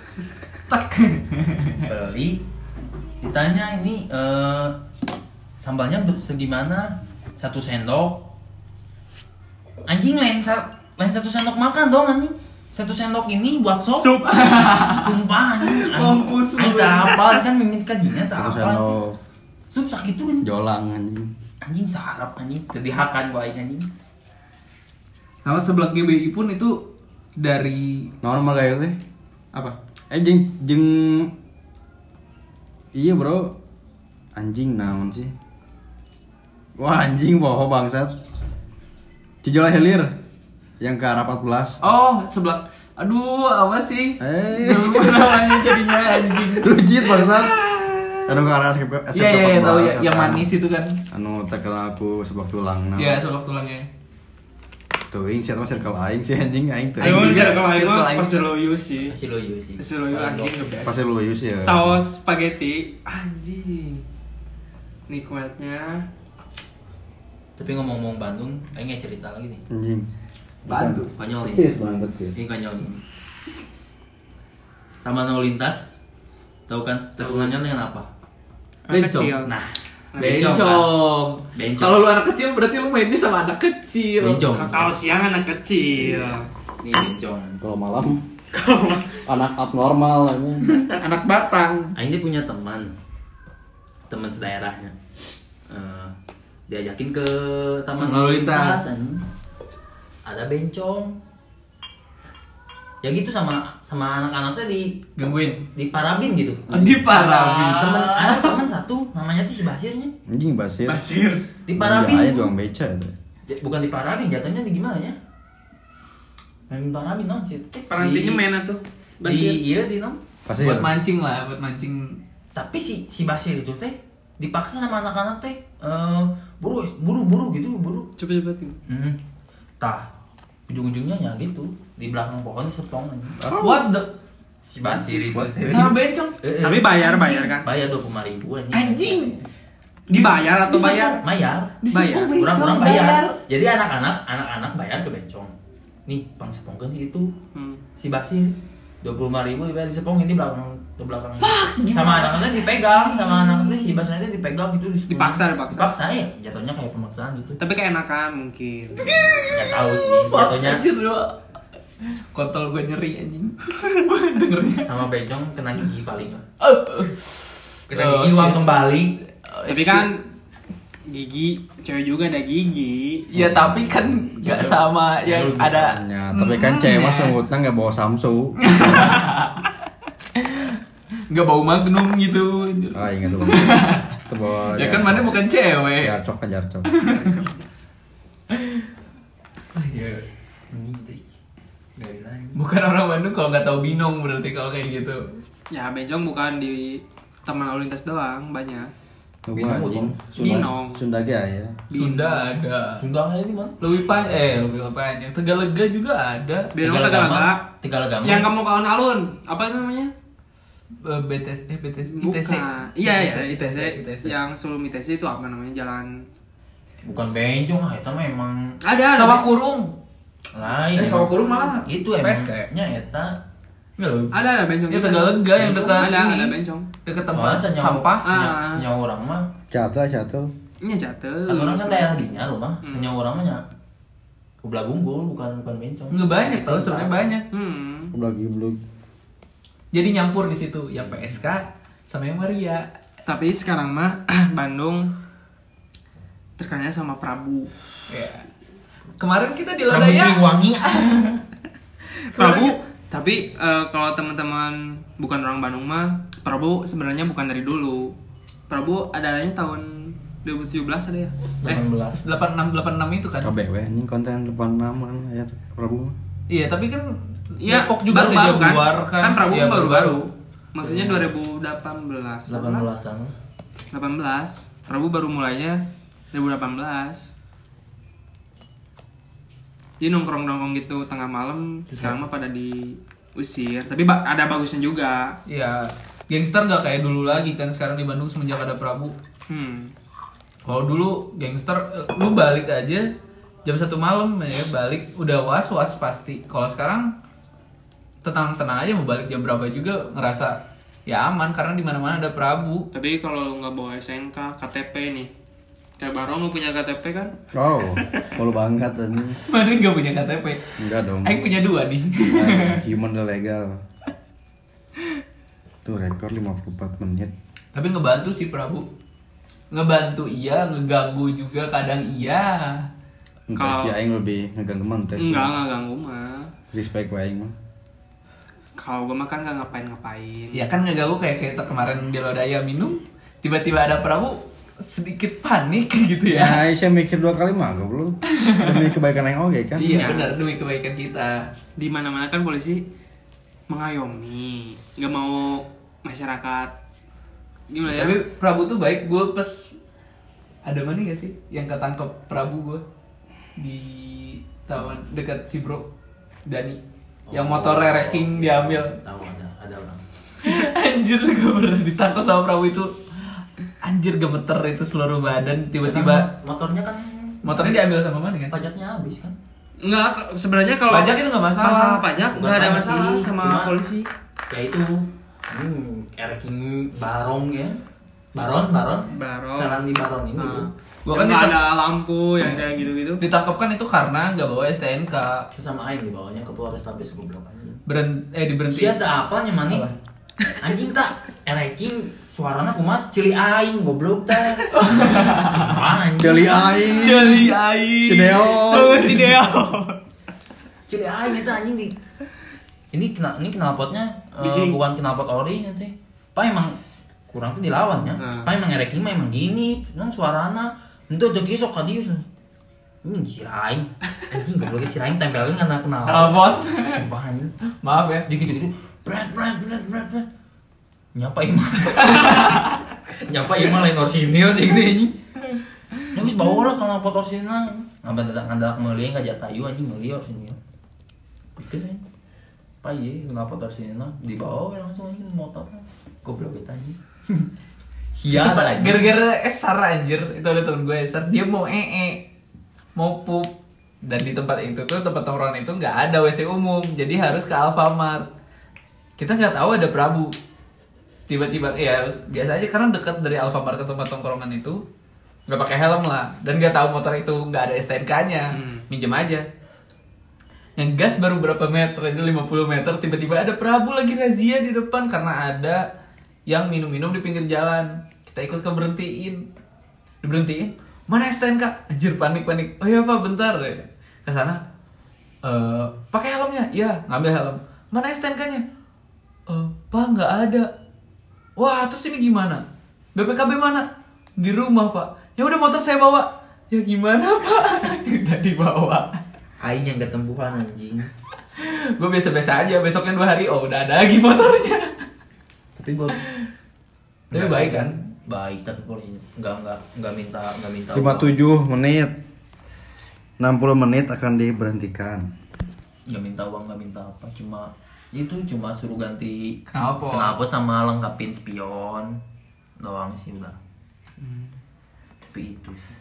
Beli. Ditanya ini sambalnya segimana? 1 sendok. Anjing lain 1 sendok makan dong anjing. 1 sendok ini buat sop. Sumpah anjing. Mampus lu. Aing tak hafal kan mimit kadinya tak Satu hafal. sendok Sup sakit tuh kan. jolang anjing. Anjing sarap anjing. Terdihakan gua aing anjing. Sama sebelah GBI pun itu dari Naon mah kayak teh? apa? Jeung iya bro. Anjing naon sih? Wah anjing boho bangsat. Cijola Hilir yang ke arah 14. Oh sebelah. Aduh apa sih? Lupa namanya jadinya anjing. Rujit bangsat. Anu ke arah SMP Iya 14. tahu ya. Yang manis itu kan. Anu terkenal aku seblak tulang. Iya sebelah tulangnya. Tuh, aing siapa circle aing sih anjing aing tuh. Ayo Aing juga kalau aing circle mah aing. pasti loyo sih. Masih loyo sih. Pasti loyo anjing the best. Pasti lulus ya. Saus spaghetti anjing. Nikmatnya. Tapi ngomong-ngomong Bandung, aing cerita lagi nih. Anjing. Bandung. Konyol ini. Yes banget ya. Ini konyol nih. Taman lalu lintas. Tahu kan? Terkenalnya dengan apa? Anak Bencong. kecil. Nah, Bencong. Bencong. Kalau lu anak kecil berarti lu mainnya sama anak kecil. Bencong. Kalau siang anak kecil. Ini bencong. Kalau malam anak abnormal aja. Anak batang. Aing dia punya teman sedaerahnya. Diajakin ke taman Lalu lintas. anjing. Ada bencong. Ya gitu sama anak-anaknya Gangguin. di Parabin gitu. Di Parabin. Ada teman satu namanya tuh si Basirnya. Anjing Basir. Basir. Di Parabin. Aja doang beca itu. Bukan di Parabin, jatuhnya di gimana ya? Main Parabin non sih. Parantinya mana tuh? Basir. Iya di non. Pasti Buat mancing lah, buat mancing. Tapi si Basir itu teh dipaksa sama anak-anak teh buru gitu, buru. Cepet-cepet. Tah, ujung-ujungnya ya gitu di belakang pohon disepong aja. What the? Si Basir itu teh. Sama bencong. Tapi bayar kan? Bayar 25.000 anjing. Anjing. Dibayar atau bayar? Bayar. Bayar. Kurang bayar. Jadi anak-anak bayar ke bencong. Nih, pang sepongkeun itu si Basir 25.000 dibayar disepongin di belakang sama anak-anaknya dipegang sama anaknya si Basirnya dipegang gitu Dipaksa. dipaksa ya jatuhnya kayak pemaksaan gitu. Tapi keenakan mungkin. Nggak tahu sih jatuhnya Anjir lu. Kontol gue nyeri anjing. Dengernya. sama bencong kena gigi paling kena Oh, gigi uang shit. kembali. Tapi kan gigi cewek juga ada gigi. Ya tapi kan gak sama yang ada. Ya, tapi kan cewek mah sungutnya nggak bawa Samsu. Gak bau Magnum gitu. Ah ingat tuh. Itu bawa. Ya kan mana bukan cewek. Jarcok. Ah, ya. Bukan orang Bandung kalau nggak tahu binong berarti kalau kayak gitu. Ya bencong bukan di taman lalu lintas doang, banyak. Coba anjing. Binong. Sunda ge ya. Sunda ada. Sundangnya di mana? Lebih panjang. Tegalega juga ada. Binong Tegalaga. Tegalega. Yang kamu ke alun-alun, apa itu namanya? BTS, Bukan. ITC. Iya, ITC. Yang sebelum ITC itu apa namanya? Jalan Bukan bencong ah itu memang ada Sawah kurung. lain. Sawah kurung malah itu emang pes kayaknya. eta. Enggak loh. ada bencong. Ya Tegalega yang dekat ada ini. bencong. Dekat Soalnya tempat senyawa- sampah. senyawa orang mah Catel. Ini jatuh. kan orang kan daerah dinya rumah senyawa orang mah nya Ublah Gunggul bukan bencong. Enggak banyak tau sebenarnya banyak. Lagi belum. Jadi nyampur di situ yang PSK sama yang Maria. Tapi sekarang mah Bandung terkenalnya sama Prabu. Ya. Kemarin kita di Prabu Lodaya. Siliwangi. Prabu, tapi kalau teman-teman bukan orang Bandung mah, Prabu sebenarnya bukan dari dulu. Prabu adanya tahun 2017 ada ya? 18. 86 itu kan. KBW anjing konten 86 kan ya Prabu. Iya, tapi kan Iya, Depok juga baru-baru udah kan? Jaguar Kan Prabu Iya, baru-baru. Maksudnya 2018. 18-an. 18. Prabu baru mulainya 2018. Jadi nongkrong-nongkrong gitu tengah malam, sekarang mah pada diusir. Tapi ada bagusnya juga. Iya, gangster nggak kayak dulu lagi kan sekarang di Bandung semenjak ada Prabu. Kalau dulu gangster lu balik aja jam 1 malam ya balik udah was-was pasti. Kalau sekarang tenang-tenang aja mau balik jam berapa juga ngerasa ya aman karena di mana-mana ada Prabu. Tapi kalau lu nggak bawa SNK, KTP nih. Kayak Baro nggak punya KTP kan? Oh, malu banget anjing. Mana nggak punya KTP? Enggak dong. Aing punya 2 nih. Nah, human illegal. Tuh rekor 54 menit. Tapi ngebantu sih Prabu. Ngebantu iya, ngeganggu juga kadang iya. Entah Kalau- si aing lebih ngeganggu mantes. Enggak ganggu mah. Respect wae aing mah. Kalau gue makan nggak ngapain-ngapain. Ya kan ngeganggu kayak kita kemarin di Lodaya minum, tiba-tiba ada Prabu sedikit panik gitu Ya, ya. Aisyah mikir 2 kali mah goblok. Demi kebaikan aing oge kan. Iya Iya. benar demi kebaikan kita. Di mana-mana kan polisi mengayomi, nggak mau masyarakat gimana ya? Tapi Prabu tuh baik, gue pas ada mana gak sih yang ketangkep Prabu gue di taman dekat si bro Dani yang motornya wrecking diambil. Tahu ada orang. Anjir gak pernah ditangkap sama perahu itu. Anjir gemeter itu seluruh badan tiba-tiba. Motornya kan Motornya diambil sama mana kan? pajaknya habis kan. Enggak, sebenarnya kalau Pajak itu nggak masalah. Masalah pajak Bukan enggak ada pajak masalah sih, sama cuma- polisi. Ya itu Erking Barong ya. Baron. Baron. Setelan di Baron ini. Nah. Gua Yang kan nggak ada lampu yang kayak gitu-gitu. Ditangkap kan itu karena nggak bawa STNK. Terus sama Aing dibawanya ke Polrestabes goblok aja. Diberhenti. Siapa apa nyamani? Apa? Anjing tak Erking suarana kumat cili aing goblok teh. Anjing. Jeli aing. Jeli aing. Si Deon. Oh, si Deo. Cili aing itu anjing di. Ini knalpotnya Bising. bukan knalpot ori nya teh. Pak emang kurang tuh dilawan ya. Nah. Pak emang Erking mah emang gini, non suarana itu aja kisok kadius. Ini si aing. Anjing goblok si aing tempelin ngana knalpot. Knalpot. Sumpah anjing. Maaf ya. Dikit-dikit berat. Nyapa imah. Nyapa imah lain orsinil sih gini anjing. Ya geus bawa lah kana pot orsinil. Ngadak meuli ka Jatayu anjing meuli orsinil. Pikir anjing. Pa ieu kenapa pot orsinil dibawa we langsung anjing motor. Goblok eta anjing. Hiar anjing. Gara-gara Estar anjir, itu ada temen gue Estar, dia mau mau pup. Dan di tempat itu tuh, tempat tongkrongan itu nggak ada WC umum, jadi harus ke Alfamart. Kita nggak tahu ada Prabu. Tiba-tiba, ya biasa aja karena dekat dari Alfamart ke tempat tongkrongan itu, nggak pakai helm lah, dan nggak tahu motor itu nggak ada STNK-nya, minjem aja. Yang gas baru berapa meter, itu 50 meter, tiba-tiba ada Prabu lagi razia di depan karena ada yang minum-minum di pinggir jalan. Kita ikut diberhentiin. Mana STNK? Anjir panik. Oh iya Pak, bentar ya. Ke sana. Pakai helmnya? Iya, ngambil helm. Mana STNK-nya? Pak nggak ada. Wah, terus ini gimana? BPKB mana? Di rumah Pak. Ya udah motor saya bawa. Ya gimana Pak? Udah dibawa. Aing yang ketempuhan anjing. Gue biasa-biasa aja. Besoknya 2 hari, oh udah ada lagi motornya. Tapi gua Baik kan? Baik, tapi polisi enggak minta 57 menit. 60 menit akan diberhentikan. Nggak minta uang, nggak minta apa, cuma suruh ganti Knalpot. knalpot sama lengkapin spion doang sih udah. Tapi itu sih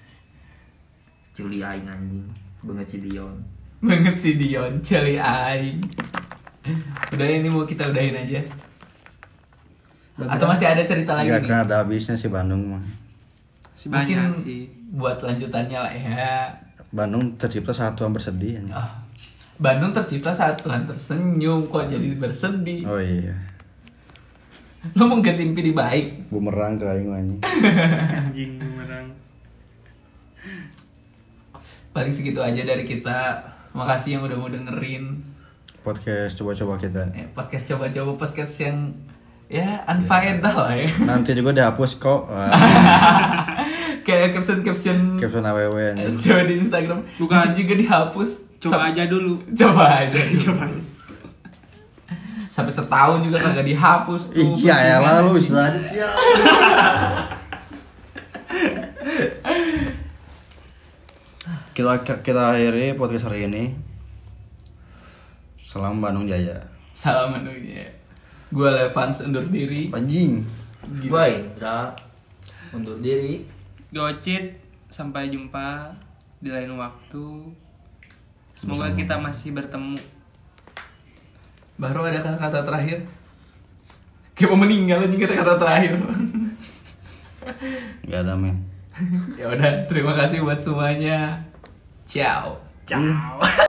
cili aing anjing banget si Dion. Banget si Dion, celi aing. Udah ini mau kita udahin aja. Atau masih ada cerita lagi Gak nih? akan ada habisnya si Bandung mah. Mungkin Banyak sih. buat lanjutannya lah ya. Bandung tercipta saat Tuhan bersedih. anjing. Bandung tercipta saat Tuhan tersenyum, kok jadi bersedih. Oh iya. Lo mau gantiin pilih baik. Bumerang ke aing mah, anjing. Anjing bumerang. Paling segitu aja dari kita. Makasih yang udah mau dengerin Podcast coba-coba kita. podcast coba-coba, podcast yang ya unfaedah lah ya. Nanti juga dihapus kok. Wah, Kayak caption caption AWW anjing. coba di Instagram. Bukan. Itu juga dihapus. Coba aja dulu. Coba aja. Sampai setahun juga kagak dihapus tuh. Iya elah lu bisa aja sih. Kita akhiri podcast hari ini. Salam Bandung Jaya. Salam menunya. Gue Levans undur diri. Anjing. Gua Indra undur diri. Gocit, sampai jumpa di lain waktu. Semoga kita masih bertemu. Baru ada kata-kata terakhir. Kayak mau meninggal aja kata-kata terakhir. Gak ada men. Ya udah, terima kasih buat semuanya. Ciao. Ciao.